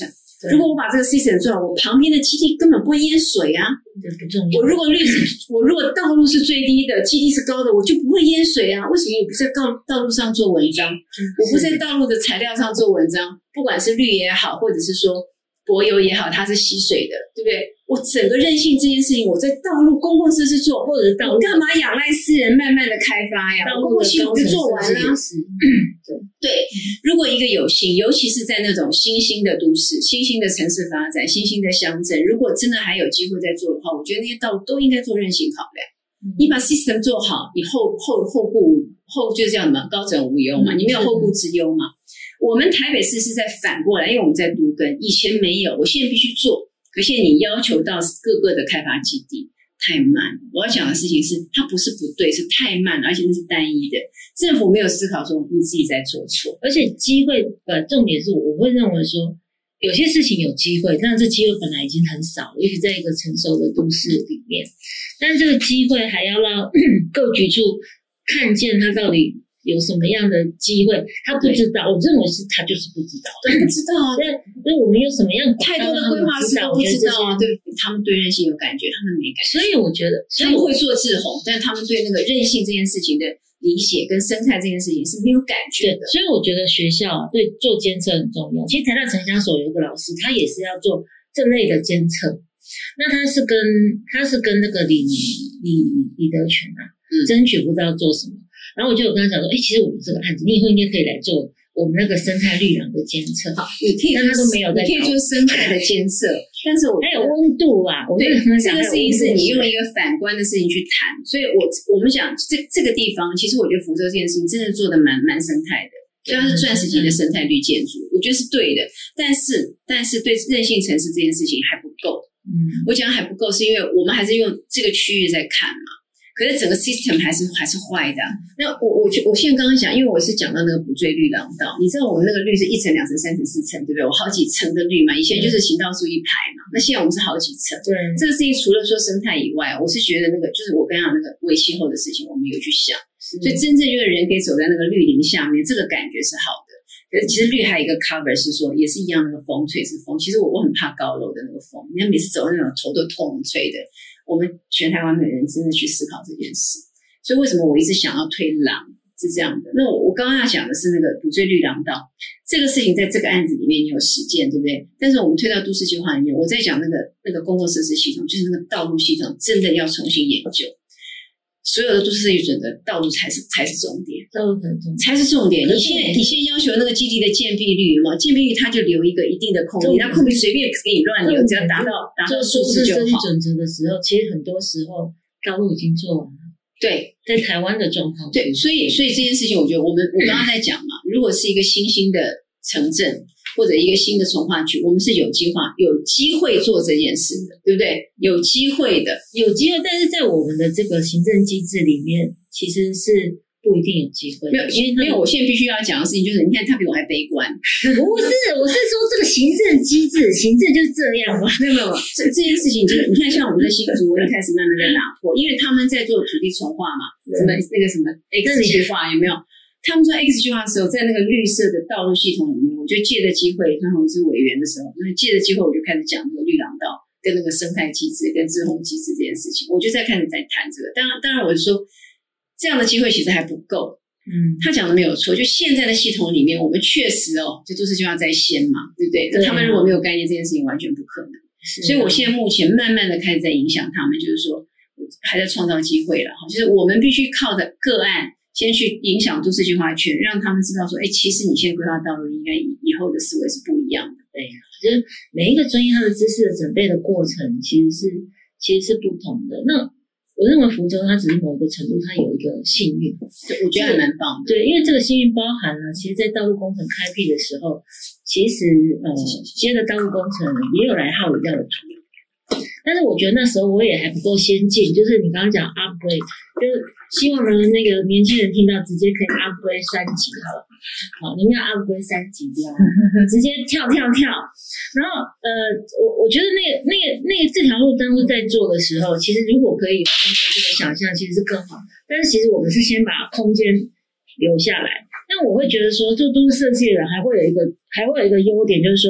如果我把这个 system 做好，我旁边的基地根本不会淹水啊。 这不重要。 我如果绿，我如果道路是最低的，基地是高的，我就不会淹水啊。为什么我不在道道路上做文章？我不在道路的材料上做文章，不管是绿也好，或者是说柏油也好，它是吸水的，对不对？我整个韧性这件事情，我在道路公共设施做， 或者道路， 我干嘛仰赖私人慢慢的开发呀？ 道路的系统就做完了。 对对，如果一个有心，尤其是在那种新兴的都市、新兴的城市发展、新兴的乡镇，如果真的还有机会在做的话，我觉得那些道路都应该做韧性考量。嗯、你把 system 做好，你后后后顾后就是这样嘛，高枕无忧嘛，你没有后顾之忧嘛。我们台北市是在反过来，因为我们在都更，以前没有，我现在必须做。可是你要求到各个的开发基地太慢，我要讲的事情是，它不是不对，是太慢，而且那是单一的。政府没有思考说你自己在做错， 而且机会呃，重点是我会认为说，有些事情有机会，但这机会本来已经很少了，尤其在一个成熟的都市里面，但这个机会还要让各局处看见它到底有什么样的机会，他不知道，我认为是他就是不知道， 对，不知道啊。 对，所以我们有什么样太多的规划师都不知道啊，对，他们对韧性有感觉，他们没感觉。 所以我觉得， 他们会做志宏，但他们对那个韧性这件事情的理解跟生态这件事情是没有感觉的。 所以我觉得学校啊，对做监测很重要。其实台大城乡所有一个老师，他也是要做这类的监测。那他是跟他是跟那个李李李德全啊，嗯、争取不知道做什么。然后我就有跟他讲说，哎，其实我们这个案子，你以后应该可以来做我们那个生态绿廊的监测。 好，你可以， 但他都没有在， 你可以做生态的监测，但是我还有温度啊。我对，这个事情是你用一个反观的事情去谈，所以我我们讲这这个地方，其实我觉得福州这件事情真的做的蛮蛮生态的，虽然是钻石级的生态绿建筑，我觉得是对的，但是但是对韧性城市这件事情还不够。嗯，我讲还不够，是因为我们还是用这个区域在看嘛。可是整个 system 还是还是坏的、啊。那我我我现在刚刚讲，因为我是讲到那个补缀绿廊道，你知道我们那个绿是一层、两层、三层、四层，对不对？我好几层的绿嘛，以前就是行道树一排嘛，那现在我们是好几层。 对， 这个事情除了说生态以外，我是觉得那个就是我刚刚那个微气候的事情，我们有去想，所以真正就是人可以走在那个绿林下面，这个感觉是好的。可是其实绿还有一个 cover 是说，也是一样那个风吹是风，其实我我很怕高楼的那个风，你看每次走那种头都痛吹的，我们全台湾的人真的去思考这件事。所以为什么我一直想要推廊是这样的？那我我刚刚要讲的是那个补缀绿廊道这个事情，在这个案子里面你有实践，对不对？但是我们推到都市计划里面，我在讲那个那个公共设施系统，就是那个道路系统，真的要重新研究。所有的都市设计准则，道路才是才是重点， 道路很重点， 才是重点。你现在你现在要求那个基地的建蔽率嘛，建蔽率它就留一个一定的空地，那空地随便给你乱留，只要达到达到数字就好。 做都市设计准则的时候，其实很多时候道路已经做完了。 对， 在台湾的状况， 对，所以所以这件事情，我觉得我们我刚刚在讲嘛，如果是一个新兴的城镇或者一个新的从化区，我们是有计划、有机会做这件事的，对不对？有机会的， 有机会，但是在我们的这个行政机制里面，其实是不一定有机会。 没有，因为没有，我现在必须要讲的事情就是，你看他比我还悲观。 不是，我是说这个行政机制，行政就是这样嘛。 没有没有，这这件事情就是，你看像我们在新竹，我一开始慢慢在打破，因为他们在做土地重划嘛，什么那个什么 X 计划有没有？他们做 X 计划的时候，在那个绿色的道路系统里面，我就借着机会，刚好我是委员的时候，就是借着机会，我就开始讲那个绿廊道跟那个生态机制跟滞洪机制这件事情，我就在开始在谈这个。当然，当然我是说，这样的机会其实还不够。嗯，他讲的没有错，就现在的系统里面，我们确实哦，这都是就要在先嘛，对不对？可他们如果没有概念，这件事情完全不可能。所以我现在目前慢慢的开始在影响他们，就是说还在创造机会了哈，就是我们必须靠着个案先去影响都市计划圈，让他们知道说，哎，其实你现在规划道路应该以后的思维是不一样的。 对，就是每一个专业它的知识的准备的过程，其实是其实是不同的。那我认为福州它只是某一个程度，它有一一个幸运， 我觉得还蛮棒的。 对，因为这个幸运包含了，其实在道路工程开辟的时候，其实呃，接的道路工程也有来耗一样的土。但是我觉得那时候我也还不够先进，就是你刚刚讲 upgrade， 就是希望呢那个年轻人听到直接可以 upgrade 三级好了，好，你要 upgrade 三级这样，直接跳跳跳。然后呃，我我觉得那个那个那个这条路当初在做的时候，其实如果可以通过这个想象，其实是更好。但是其实我们是先把空间留下来。但我会觉得说，做都市设计的人还会有一个还会有一个优点，就是说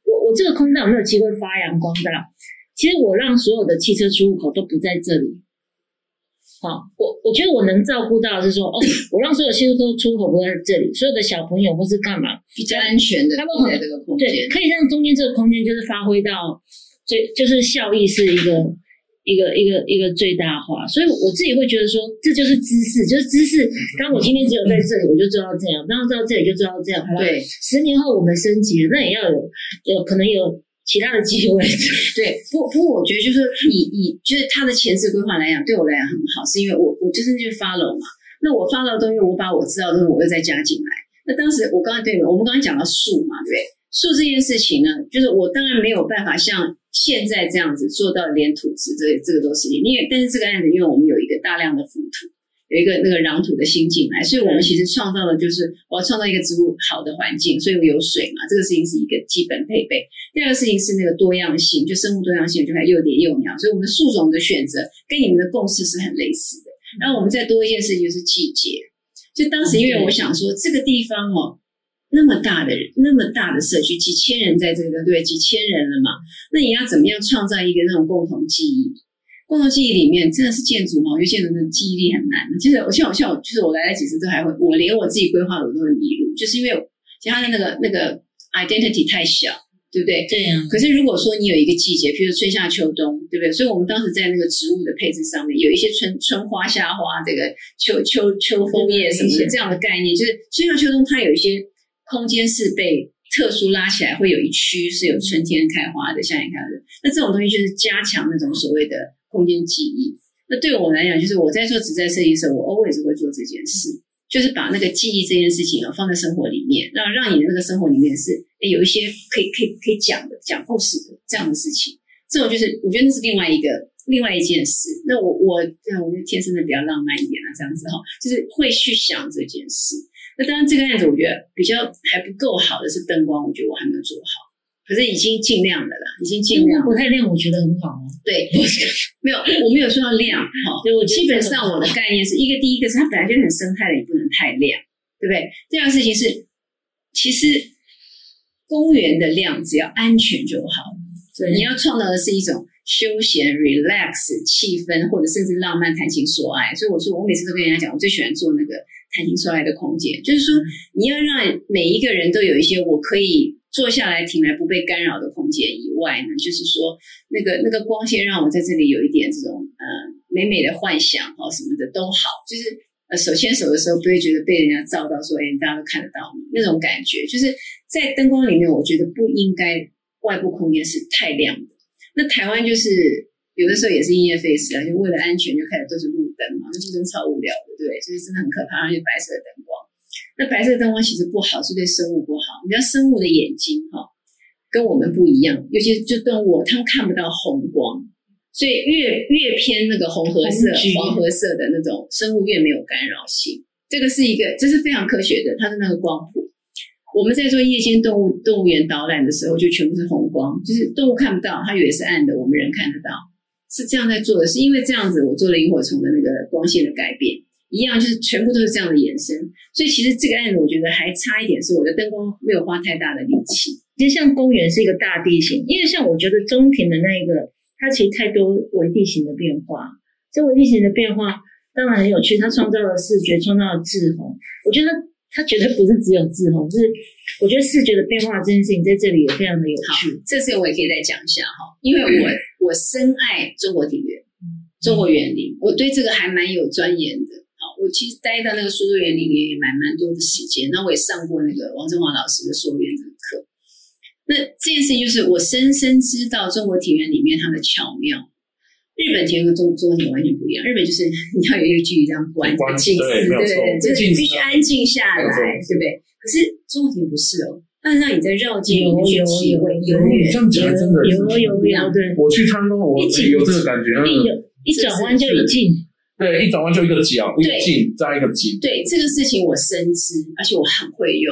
我我这个空间有没有机会发扬光大？其实我让所有的汽车出入口都不在这里。好，我我觉得我能照顾到的是说，哦，我让所有汽车出入口不在这里，所有的小朋友或是干嘛比较安全的在这个空间， 对，可以让中间这个空间就是发挥到最，就是效益是一个一个一个一个最大化。所以我自己会觉得说，这就是知识，就是知识。当我今天只有在这里，我就做到这样；当我到这里就做到这样。 对， 十年后我们升级了，那也要有有可能有其他的机会。 对，不不过我觉得就是以以就是他的前置规划来讲，对我来讲很好，是因为我我就是去 follow 嘛。那我 follow 的东西，我把我知道的东西我又再加进来。那当时我刚才对我们刚才讲到树嘛，对不对？树这件事情呢，就是我当然没有办法像现在这样子做到连土质这这个都是，因为但是这个案子，因为我们有一个大量的浮土。有一个那个壤土的心进来，所以我们其实创造的就是我要创造一个植物好的环境，所以有水嘛，这个事情是一个基本配备。第二个事情是那个多样性，就生物多样性，就还幼蝶幼鸟，所以我们树种的选择跟你们的共识是很类似的。然后我们再多一件事情就是季节，就当时因为我想说这个地方哦，那么大的人，那么大的社区，几千人在这个对，几千人了嘛，那你要怎么样创造一个那种共同记忆？共同记忆里面真的是建筑嘛？我觉得建筑的记忆力很难。就是我像我像我，就是我来了几次都还会，我连我自己规划的我都会迷路，就是因为其他的那个那个 identity 太小，对不对？ 对呀、啊。 可是如果说你有一个季节，比如春夏秋冬，对不对？所以我们当时在那个植物的配置上面，有一些春春花、夏花，这个秋秋秋枫叶什么的这样的概念，就是春夏秋冬它有一些空间是被特殊拉起来，会有一区是有春天开花的、夏天开花的。那这种东西就是加强那种所谓的空间记忆。那对我来讲，就是我在做植栽设计的时候，我 always 会做这件事，就是把那个记忆这件事情啊放在生活里面，让让你的那个生活里面是有一些可以可以可以讲的、讲故事的这样的事情。这种就是我觉得那是另外一个另外一件事。那我我这样我就天生的比较浪漫一点啊，这样子哈，就是会去想这件事。那当然这个案子我觉得比较还不够好的是灯光，我觉得我还没有做好。可是已经尽量了啦，已经尽量了。 不太亮，我觉得很好啊。 对，没有，我没有说要亮哈。所以我基本上我的概念是一个，第一个是它本来就很生态的，也不能太亮，对不对？第二个事情是，其实公园的亮只要安全就好。对，你要创造的是一种休闲、relax 气氛，或者甚至浪漫、谈情说爱。所以我说，我每次都跟人家讲，我最喜欢做那个谈情说爱的空间，就是说你要让每一个人都有一些我可以坐下来停来不被干扰的空间以外呢，就是说那个那个光线让我在这里有一点这种呃美美的幻想哦什么的都好，就是呃手牵手的时候不会觉得被人家照到说哎大家都看得到你那种感觉，就是在灯光里面我觉得不应该外部空间是太亮的。那台湾就是有的时候也是因噎废食啊，就为了安全就开始都是路灯嘛，那路灯超无聊的，对不对？所以真的很可怕，而且白色的灯光。那白色的灯光其实不好，是对生物不好。你知道生物的眼睛哈、哦，跟我们不一样，尤其就动物，它们看不到红光，所以越越偏那个红褐色、黄褐色的那种生物越没有干扰性。这个是一个，这是非常科学的，它的那个光谱。我们在做夜间动物动物园导览的时候，就全部是红光，就是动物看不到，它以为是暗的，我们人看得到，是这样在做的。是因为这样子，我做了萤火虫的那个光线的改变。一样就是全部都是这样的延伸，所以其实这个案子我觉得还差一点是我的灯光没有花太大的力气。 其实像公园是一个大地形，因为像我觉得中庭的那一个，它其实太多微地形的变化，这微地形的变化当然很有趣，它创造了视觉，创造了志宏。我觉得它绝对不是只有志宏，就是我觉得视觉的变化这件事情在这里也非常的有趣。 这次我也可以再讲一下哈，因为我、嗯、我深爱中国庭园、中国园林，我对这个还蛮有钻研的。我其实待到那个苏州园林也蛮蛮多的时间，那我也上过那个王振华老师的溯源这个课。那这件事情就是我深深知道中国庭园里面它的巧妙。日本庭园跟中中国庭园完全不一样，日本就是你要有一个距离这样观静思，对对对，就是你必须安静下来，对不对？可是中国庭园不是哦，它让你在绕境里面去体会永远。 这样讲真的有有有对， 我去参观我有这个感觉， 一转弯就一进。 对，一转弯就一个角，一个进，再一个景。 对，这个事情我深知，而且我很会用。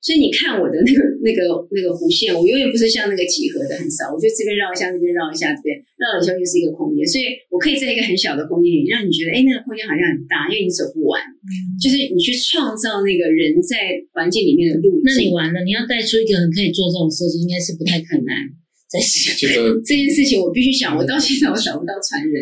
所以你看我的那个那个那个弧线，我永远不是像那个几何的很少，我就这边绕一下，这边绕一下，这边绕了以后又是一个空间，所以我可以在一个很小的空间里，让你觉得，哎，那个空间好像很大，因为你走不完，嗯、就是你去创造那个人在环境里面的路径。 那你完了，你要带出一个人可以做这种设计，应该是不太可能。在这个这件事情，我必须想，我到现在我找不到传人，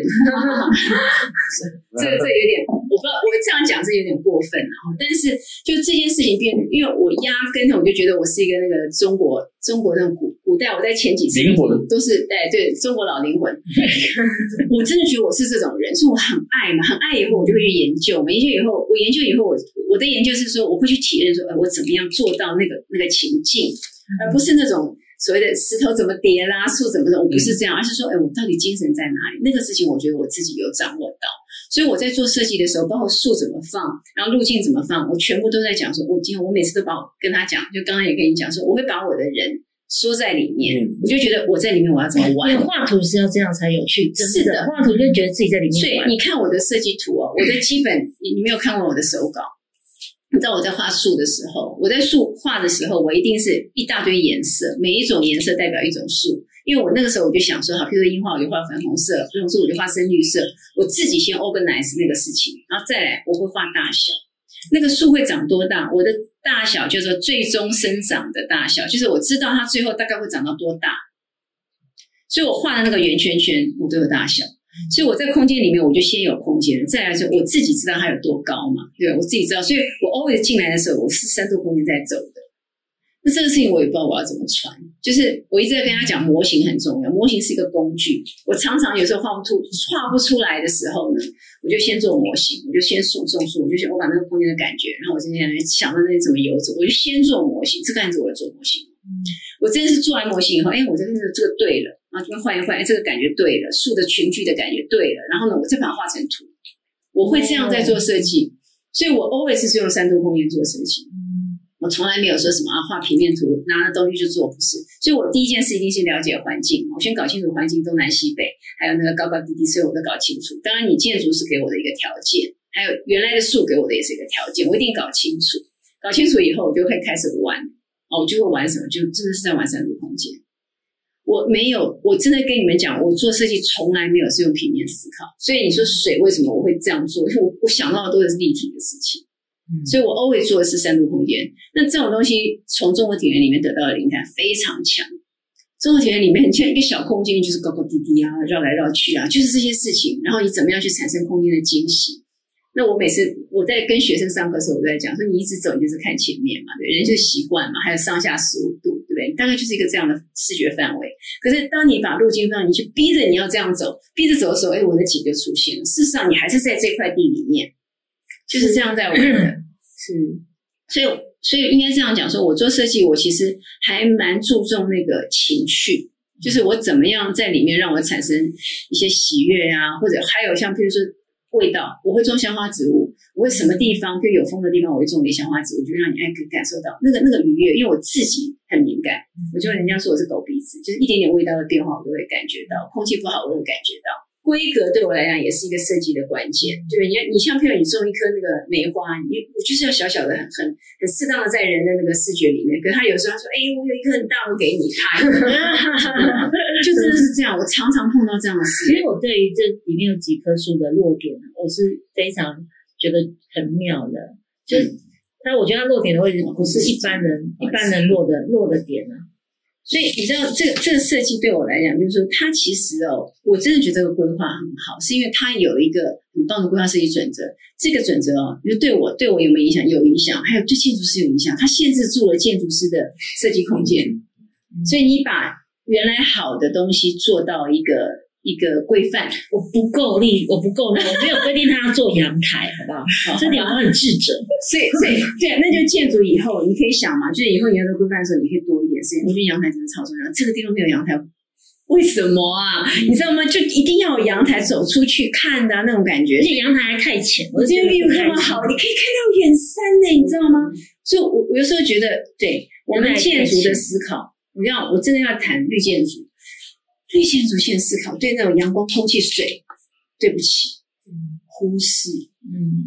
这个这有点，我不知道，我这样讲是有点过分啊。但是就这件事情变，因为我压根我就觉得我是一个那个中国中国那种古古代，我在前几次灵魂都是哎对中国老灵魂，我真的觉得我是这种人，所以我很爱嘛，很爱以后我就会去研究嘛，研究以后我研究以后我我的研究是说我会去体验说，哎，我怎么样做到那个那个情境，而不是那种。所谓的石头怎么叠啦，树怎么的，我不是这样，而是说，哎，我到底精神在哪里？那个事情，我觉得我自己有掌握到。所以我在做设计的时候，包括树怎么放，然后路径怎么放，我全部都在讲说，我今天我每次都把我跟他讲，就刚刚也跟你讲说，我会把我的人缩在里面，嗯、我就觉得我在里面我要怎么玩。 因为画图是要这样才有趣， 是的， 画图就觉得自己在里面玩。 所以你看我的设计图哦，我的基本，你你没有看过我的手稿。你知道我在画树的时候，我在树画的时候，我一定是一大堆颜色，每一种颜色代表一种树。因为我那个时候我就想说，好，譬如说樱花我就画粉红色，粉红色我就画深绿色，我自己先 organize 那个事情，然后再来我会画大小。那个树会长多大？我的大小叫做最终生长的大小，就是我知道它最后大概会长到多大。所以我画的那个圆圈圈，我都有大小。所以我在空间里面，我就先有空间，再来说我自己知道它有多高嘛，对，我自己知道，所以我 always 进来的时候，我是深度空间在走的。那这个事情我也不知道我要怎么传，就是我一直在跟他讲，模型很重要，模型是一个工具。我常常有时候画不出、画不出来的时候呢，我就先做模型，我就先数种数，我就先我把那个空间的感觉，然后我今天来想到那些怎么游走，我就先做模型。这个案子我要做模型，嗯、我真的是做完模型以后，哎，我这个这个对了。然后这边换一换，哎，这个感觉对了，树的群居的感觉对了，然后呢，我再把它画成图，我会这样在做设计，所以我 always 是用三度空间做设计，我从来没有说什么啊画平面图拿了东西就做，不是，所以我第一件事一定是了解环境，我先搞清楚环境东南西北，还有那个高高低低，所以我都搞清楚。当然，你建筑是给我的一个条件，还有原来的树给我的也是一个条件，我一定搞清楚。搞清楚以后，我就会开始玩，哦，我就会玩什么，就真的是在玩三度空间。我没有，我真的跟你们讲，我做设计从来没有是用平面思考，所以你说水为什么我会这样做？因为我我想到的都是立体的事情，嗯、所以我 always 做的是三度空间。那这种东西从中国庭园里面得到的灵感非常强。中国庭园里面，你像一个小空间，就是高高低低啊，绕来绕去啊，就是这些事情。然后你怎么样去产生空间的惊喜？那我每次我在跟学生上课的时候，我在讲说，你一直走，你就是看前面嘛，对，人就是习惯嘛，还有上下十五度，对不对？大概就是一个这样的视觉范围。可是当你把路径放，你去逼着你要这样走，逼着走的时候，哎，我的景就出现了。事实上，你还是在这块地里面，就是这样在玩的。是，所以所以应该这样讲说，我做设计，我其实还蛮注重那个情绪，就是我怎么样在里面让我产生一些喜悦啊，或者还有像譬如说。味道，我会种香花植物，我会什么地方，就有风的地方，我会种点香花植物，就让你哎感受到那个那个愉悦，因为我自己很敏感，我觉得人家说我是狗鼻子，就是一点点味道的变化我都会感觉到，空气不好我都会感觉到。规格对我来讲也是一个设计的关键，对，你你像譬如你种一颗那个梅花，你就是要小小的很很很适当的在人的那个视觉里面，可是他有时候他说，哎，我有一颗很大，我给你看，就真的是这样，我常常碰到这样的事。 其实我对于这里面有几棵树的落点，我是非常觉得很妙的，就是它，我觉得它落点的位置不是一般人一般人落的落的点啊。 所以你知道这个这个设计对我来讲，就是说它其实哦，我真的觉得这个规划很好，是因为它有一个很棒的规划设计准则。这个准则哦，就对我对我有没有影响？有影响，还有对建筑师有影响。它限制住了建筑师的设计空间，所以你把原来好的东西做到一个一个规范。 我不够力，我不够力，我没有规定他要做阳台，好不好？这点我很智者。 所以，所以对，那就建筑以后你可以想嘛，就是以后你要做规范的时候，你可以多一点时间。我觉得阳台真的超重要。这个地方没有阳台，为什么啊？你知道吗？就一定要有阳台走出去看的、啊、那种感觉。 而且阳台还太浅， 我今天没有那么好，你可以看到远山呢、欸，你知道吗？所以我，我有时候觉得，对我们建筑的思考，我要我真的要谈绿建筑。绿建筑线思考，对那种阳光、空气、水，对不起，嗯、忽视，嗯，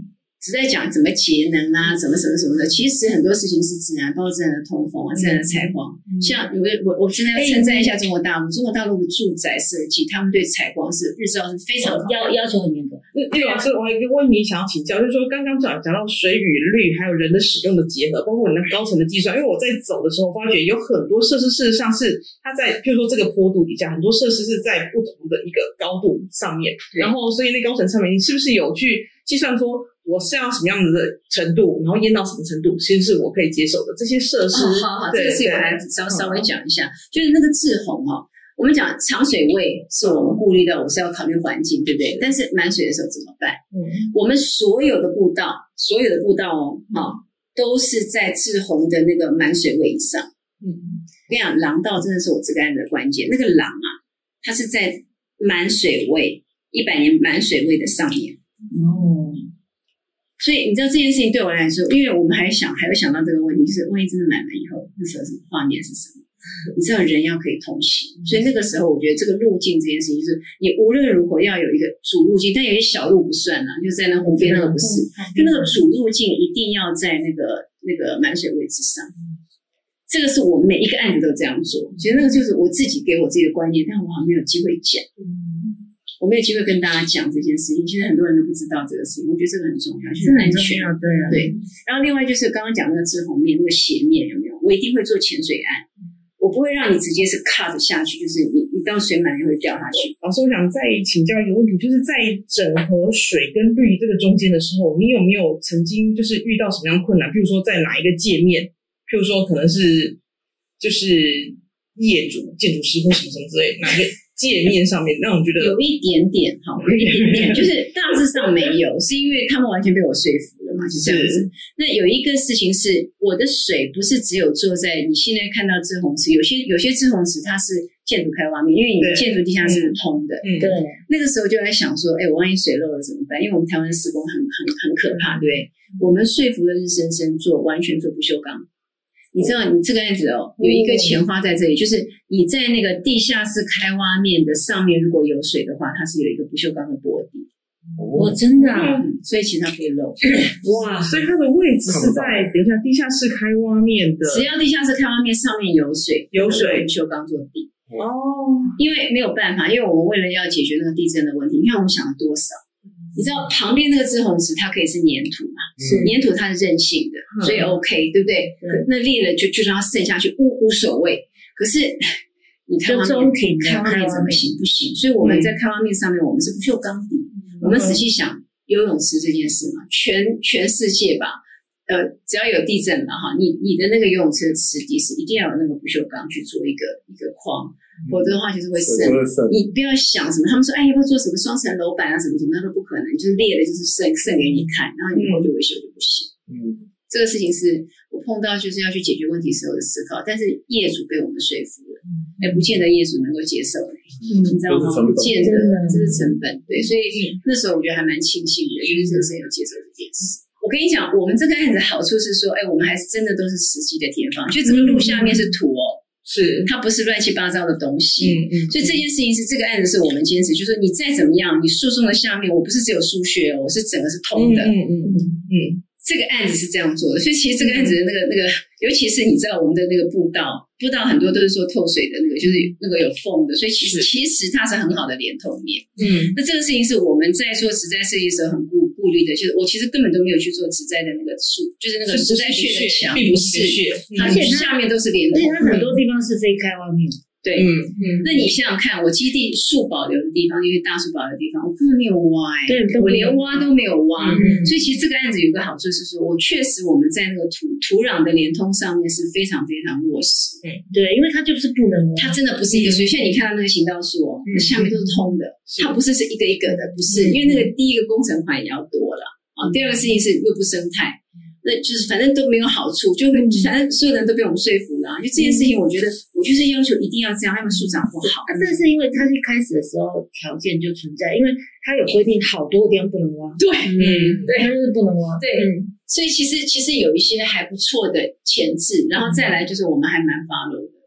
只在讲怎么节能啊，怎么什么什么的。其实很多事情是自然，包括自然的通风啊，自然的采光。嗯、像我我我现在要称赞一下中国大陆，中国大陆的住宅设计，他们对采光是日照是非常要要求很严格。 对老师，我还有一个问题想要请教，就是说刚刚讲讲到水与绿，还有人的使用的结合，包括你的高层的计算。因为我在走的时候发觉有很多设施，事实上是它在，譬如说这个坡度底下，很多设施是在不同的一个高度上面，然后所以那高层上面，你是不是有去计算说？我是要什么样的程度，然后淹到什么程度，其实是我可以接受的。这些设施， 哦、好好，这个事情我来稍稍微讲一下，就是那个滞洪哦，我们讲长水位是我们顾虑到，我是要考虑环境，对不对？但是满水的时候怎么办？嗯，我们所有的步道，所有的步道哦，哈、哦，都是在滞洪的那个满水位以上。嗯，我跟你讲，廊道真的是我这个案子的关键。那个廊啊，它是在满水位一百年满水位的上面。哦。所以你知道这件事情对我来说，因为我们还想还会想到这个问题，就是万一真的满了以后，那时候是画面是什么？你知道人要可以通行，所以那个时候我觉得这个路径这件事情，就是你无论如何要有一个主路径，但有些小路不算啊，就在那湖边那个不是，就那个主路径一定要在那个那个满水位之上。这个是我们每一个案子都这样做，其实那个就是我自己给我自己的观念，但我好像没有机会讲。我没有机会跟大家讲这件事情，其实很多人都不知道这个事情，我觉得这个很重要，就是安全。 对啊， 对。然后另外就是刚刚讲那个滞洪面、那个斜面有没有？我一定会做潜水岸，我不会让你直接是 cut 下去，就是你你到水满就会掉下去。 老师，我想再请教一个问题，就是在整合水跟绿这个中间的时候，你有没有曾经就是遇到什么样的困难？譬如说在哪一个界面，譬如说可能是就是业主、建筑师或什么什么之类，哪一个？界面上面让我觉得有一点点哈，有一点点，就是大致上没有，是因为他们完全被我说服了嘛，就这样子。那有一个事情是，我的水不是只有坐在你现在看到滞洪池，有些有些滞洪池它是建筑开挖面，因为你建筑地下室是通的， 嗯，对。 那个时候就在想说，哎，我万一水漏了怎么办？因为我们台湾的施工很很很可怕，对不对？我们说服了日升升做完全做不锈钢。你知道你这个案子哦，有一个钱花在这里，就是你在那个地下室开挖面的上面，如果有水的话，它是有一个不锈钢的薄底。 哦，真的啊！ 嗯、所以其实它可以漏。 哇，所以它的位置是在等一下地下室开挖面的， 只要地下室开挖面上面有水， 有水， 不锈钢做底。 哦， 因为没有办法，因为我们为了要解决那个地震的问题，你看我们想了多少。你知道旁边那个滞洪池它可以是粘土嘛？是粘土它是韧性的，嗯、所以 OK， 对不对？嗯、那裂了就就让它渗下去，无无所谓。可是你看中庭开挖面怎么行不行？所以我们在开挖面上面，我们是不锈钢底。嗯、我们仔细想游泳池这件事嘛，全全世界吧，呃，只要有地震了哈，你你的那个游泳池的池底是一定要有那个不锈钢去做一个一个框。否则的话就是会渗，你不要想什么，他们说哎要不要做什么双层楼板啊什么什么，那都不可能，就是裂了就是渗渗给你看，然后以后就维修就不行。嗯，这个事情是我碰到就是要去解决问题时候的思考，但是业主被我们说服了，哎、嗯，不见得业主能够接受，嗯，你知道吗？不见得，这是成本，对，所以那时候我觉得还蛮庆幸的，就是这个是有接受这件事。我跟你讲，我们这个案子好处是说，哎，我们还是真的都是实际的填方，就这个路下面是土哦。是，它不是乱七八糟的东西，嗯嗯，所以这件事情是这个案子是我们坚持，就是你再怎么样，你诉讼的下面我不是只有输血哦，我是整个是通的，嗯嗯嗯嗯，这个案子是这样做的，所以其实这个案子的那个那个，尤其是你知道我们的那个步道，步道很多都是说透水的那个，就是那个有缝的，所以其实其实它是很好的连透面，嗯，那这个事情是我们在做植栽设计的时候很顾顾虑的，就是我其实根本都没有去做植栽的那个树，就是那个植栽穴的墙，并不是，它下面都是连透， 而且它很多地方是非开挖面。 对，嗯嗯，那你想想看，我基地树保留的地方，因为大树保留的地方，我根本没有挖、欸，对，我连挖都没有挖，嗯、所以其实这个案子有个好处是说，我确实我们在那个土土壤的连通上面是非常非常落实， 嗯，对，因为它就是不能挖， 它真的不是一个水，像你看到那个行道树哦，嗯、下面都是通的，它不是是一个一个的，不是，因为那个第一个工程款也要多了啊，第二个事情是又不生态。那就是反正都没有好处，就会反正所有人都被我们说服了、啊。就这件事情，我觉得我就是要求一定要这样，要么树长不好。 但是因为它一开始的时候条件就存在，因为它有规定好多地方不能挖。 对，嗯，对， 它就是不能挖。 对，嗯，所以其实其实有一些还不错的前置，然后再来就是我们还蛮 follow 的。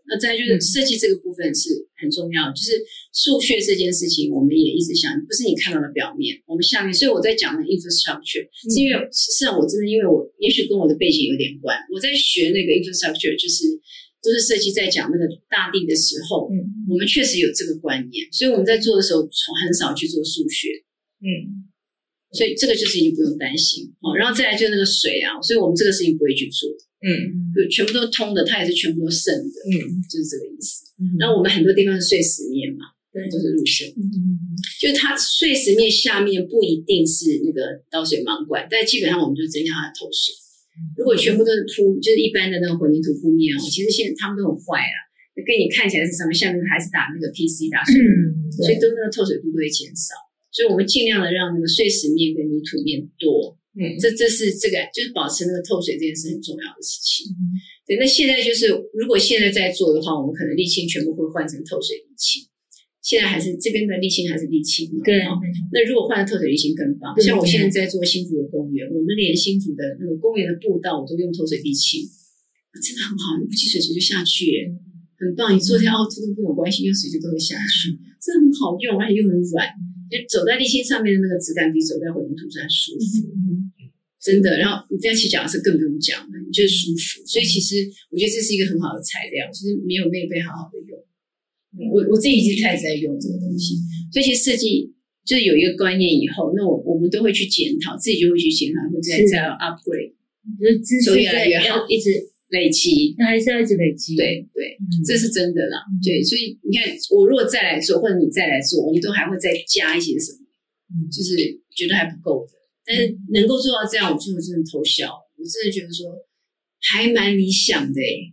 那再来就是设计这个部分是很重要的，就是数学这件事情，我们也一直想，不是你看到的表面，我们下面，所以我在讲的 infrastructure，、嗯、是因为事实上我真的因为我也许跟我的背景有点关，我在学那个 infrastructure， 就是都是设计在讲那个大地的时候，嗯，我们确实有这个观念，所以我们在做的时候很少去做数学，嗯。所以这个就是你不用担心、哦、然后再来就是那个水啊，所以我们这个事情不会去做，嗯，就全部都通的，它也是全部都渗的，嗯，就是这个意思。嗯、然后我们很多地方是碎石面嘛，对，都是路线，嗯，就它碎石面下面不一定是那个导水盲管，但基本上我们就增加它的透水。如果全部都是铺，就是一般的那个混凝土铺面哦，其实现在他们都很坏啊，跟你看起来是上面下面还是打那个 P C 打水，嗯，所以都那个透水度都会减少。所以我们尽量的让那个碎石面跟泥土面多，嗯，这这是这个就是保持那个透水这件事很重要的事情。嗯、对，那现在就是如果现在在做的话，我们可能沥青全部会换成透水沥青。现在还是这边的沥青还是沥青嘛？对、哦。那如果换成透水沥青更棒。像我现在在做新竹的公园，我们连新竹的那个公园的步道我都用透水沥青，真的很好，你不积水水就下去耶，很棒。你做条凹凸都不有关系，因为水就都会下去，这很好用，而且又很软。就走在沥青上面的那个质感比走在混凝土上舒服，嗯、真的。然后你在骑脚踏车更不用讲了，你就是舒服。所以其实我觉得这是一个很好的材料，就是没有内被好好的用。我我自己已经开始在用这个东西，所以其实设计就是有一个观念以后，那我我们都会去检讨，自己就会去检讨，会再再 upgrade， 就是知识越来越好，一直累积， 那还是要一直累积。 对对、嗯，这是真的啦。嗯、对，所以你看，我如果再来做，或者你再来做，我们都还会再加一些什么，嗯、就是觉得还不够的。但是能够做到这样，我就真的偷笑，我真的觉得说还蛮理想的诶。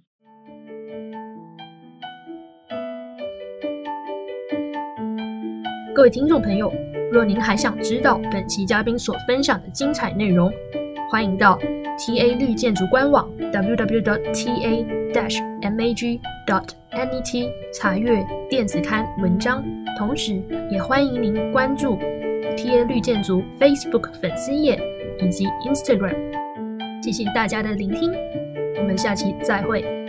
各位听众朋友，若您还想知道本期嘉宾所分享的精彩内容，欢迎到 T A 绿建筑官网 double-u double-u double-u dot t a dash mag dot net 查阅电子刊文章，同时也欢迎您关注 T A 绿建筑 Facebook 粉丝页以及 Instagram。谢谢大家的聆听，我们下期再会。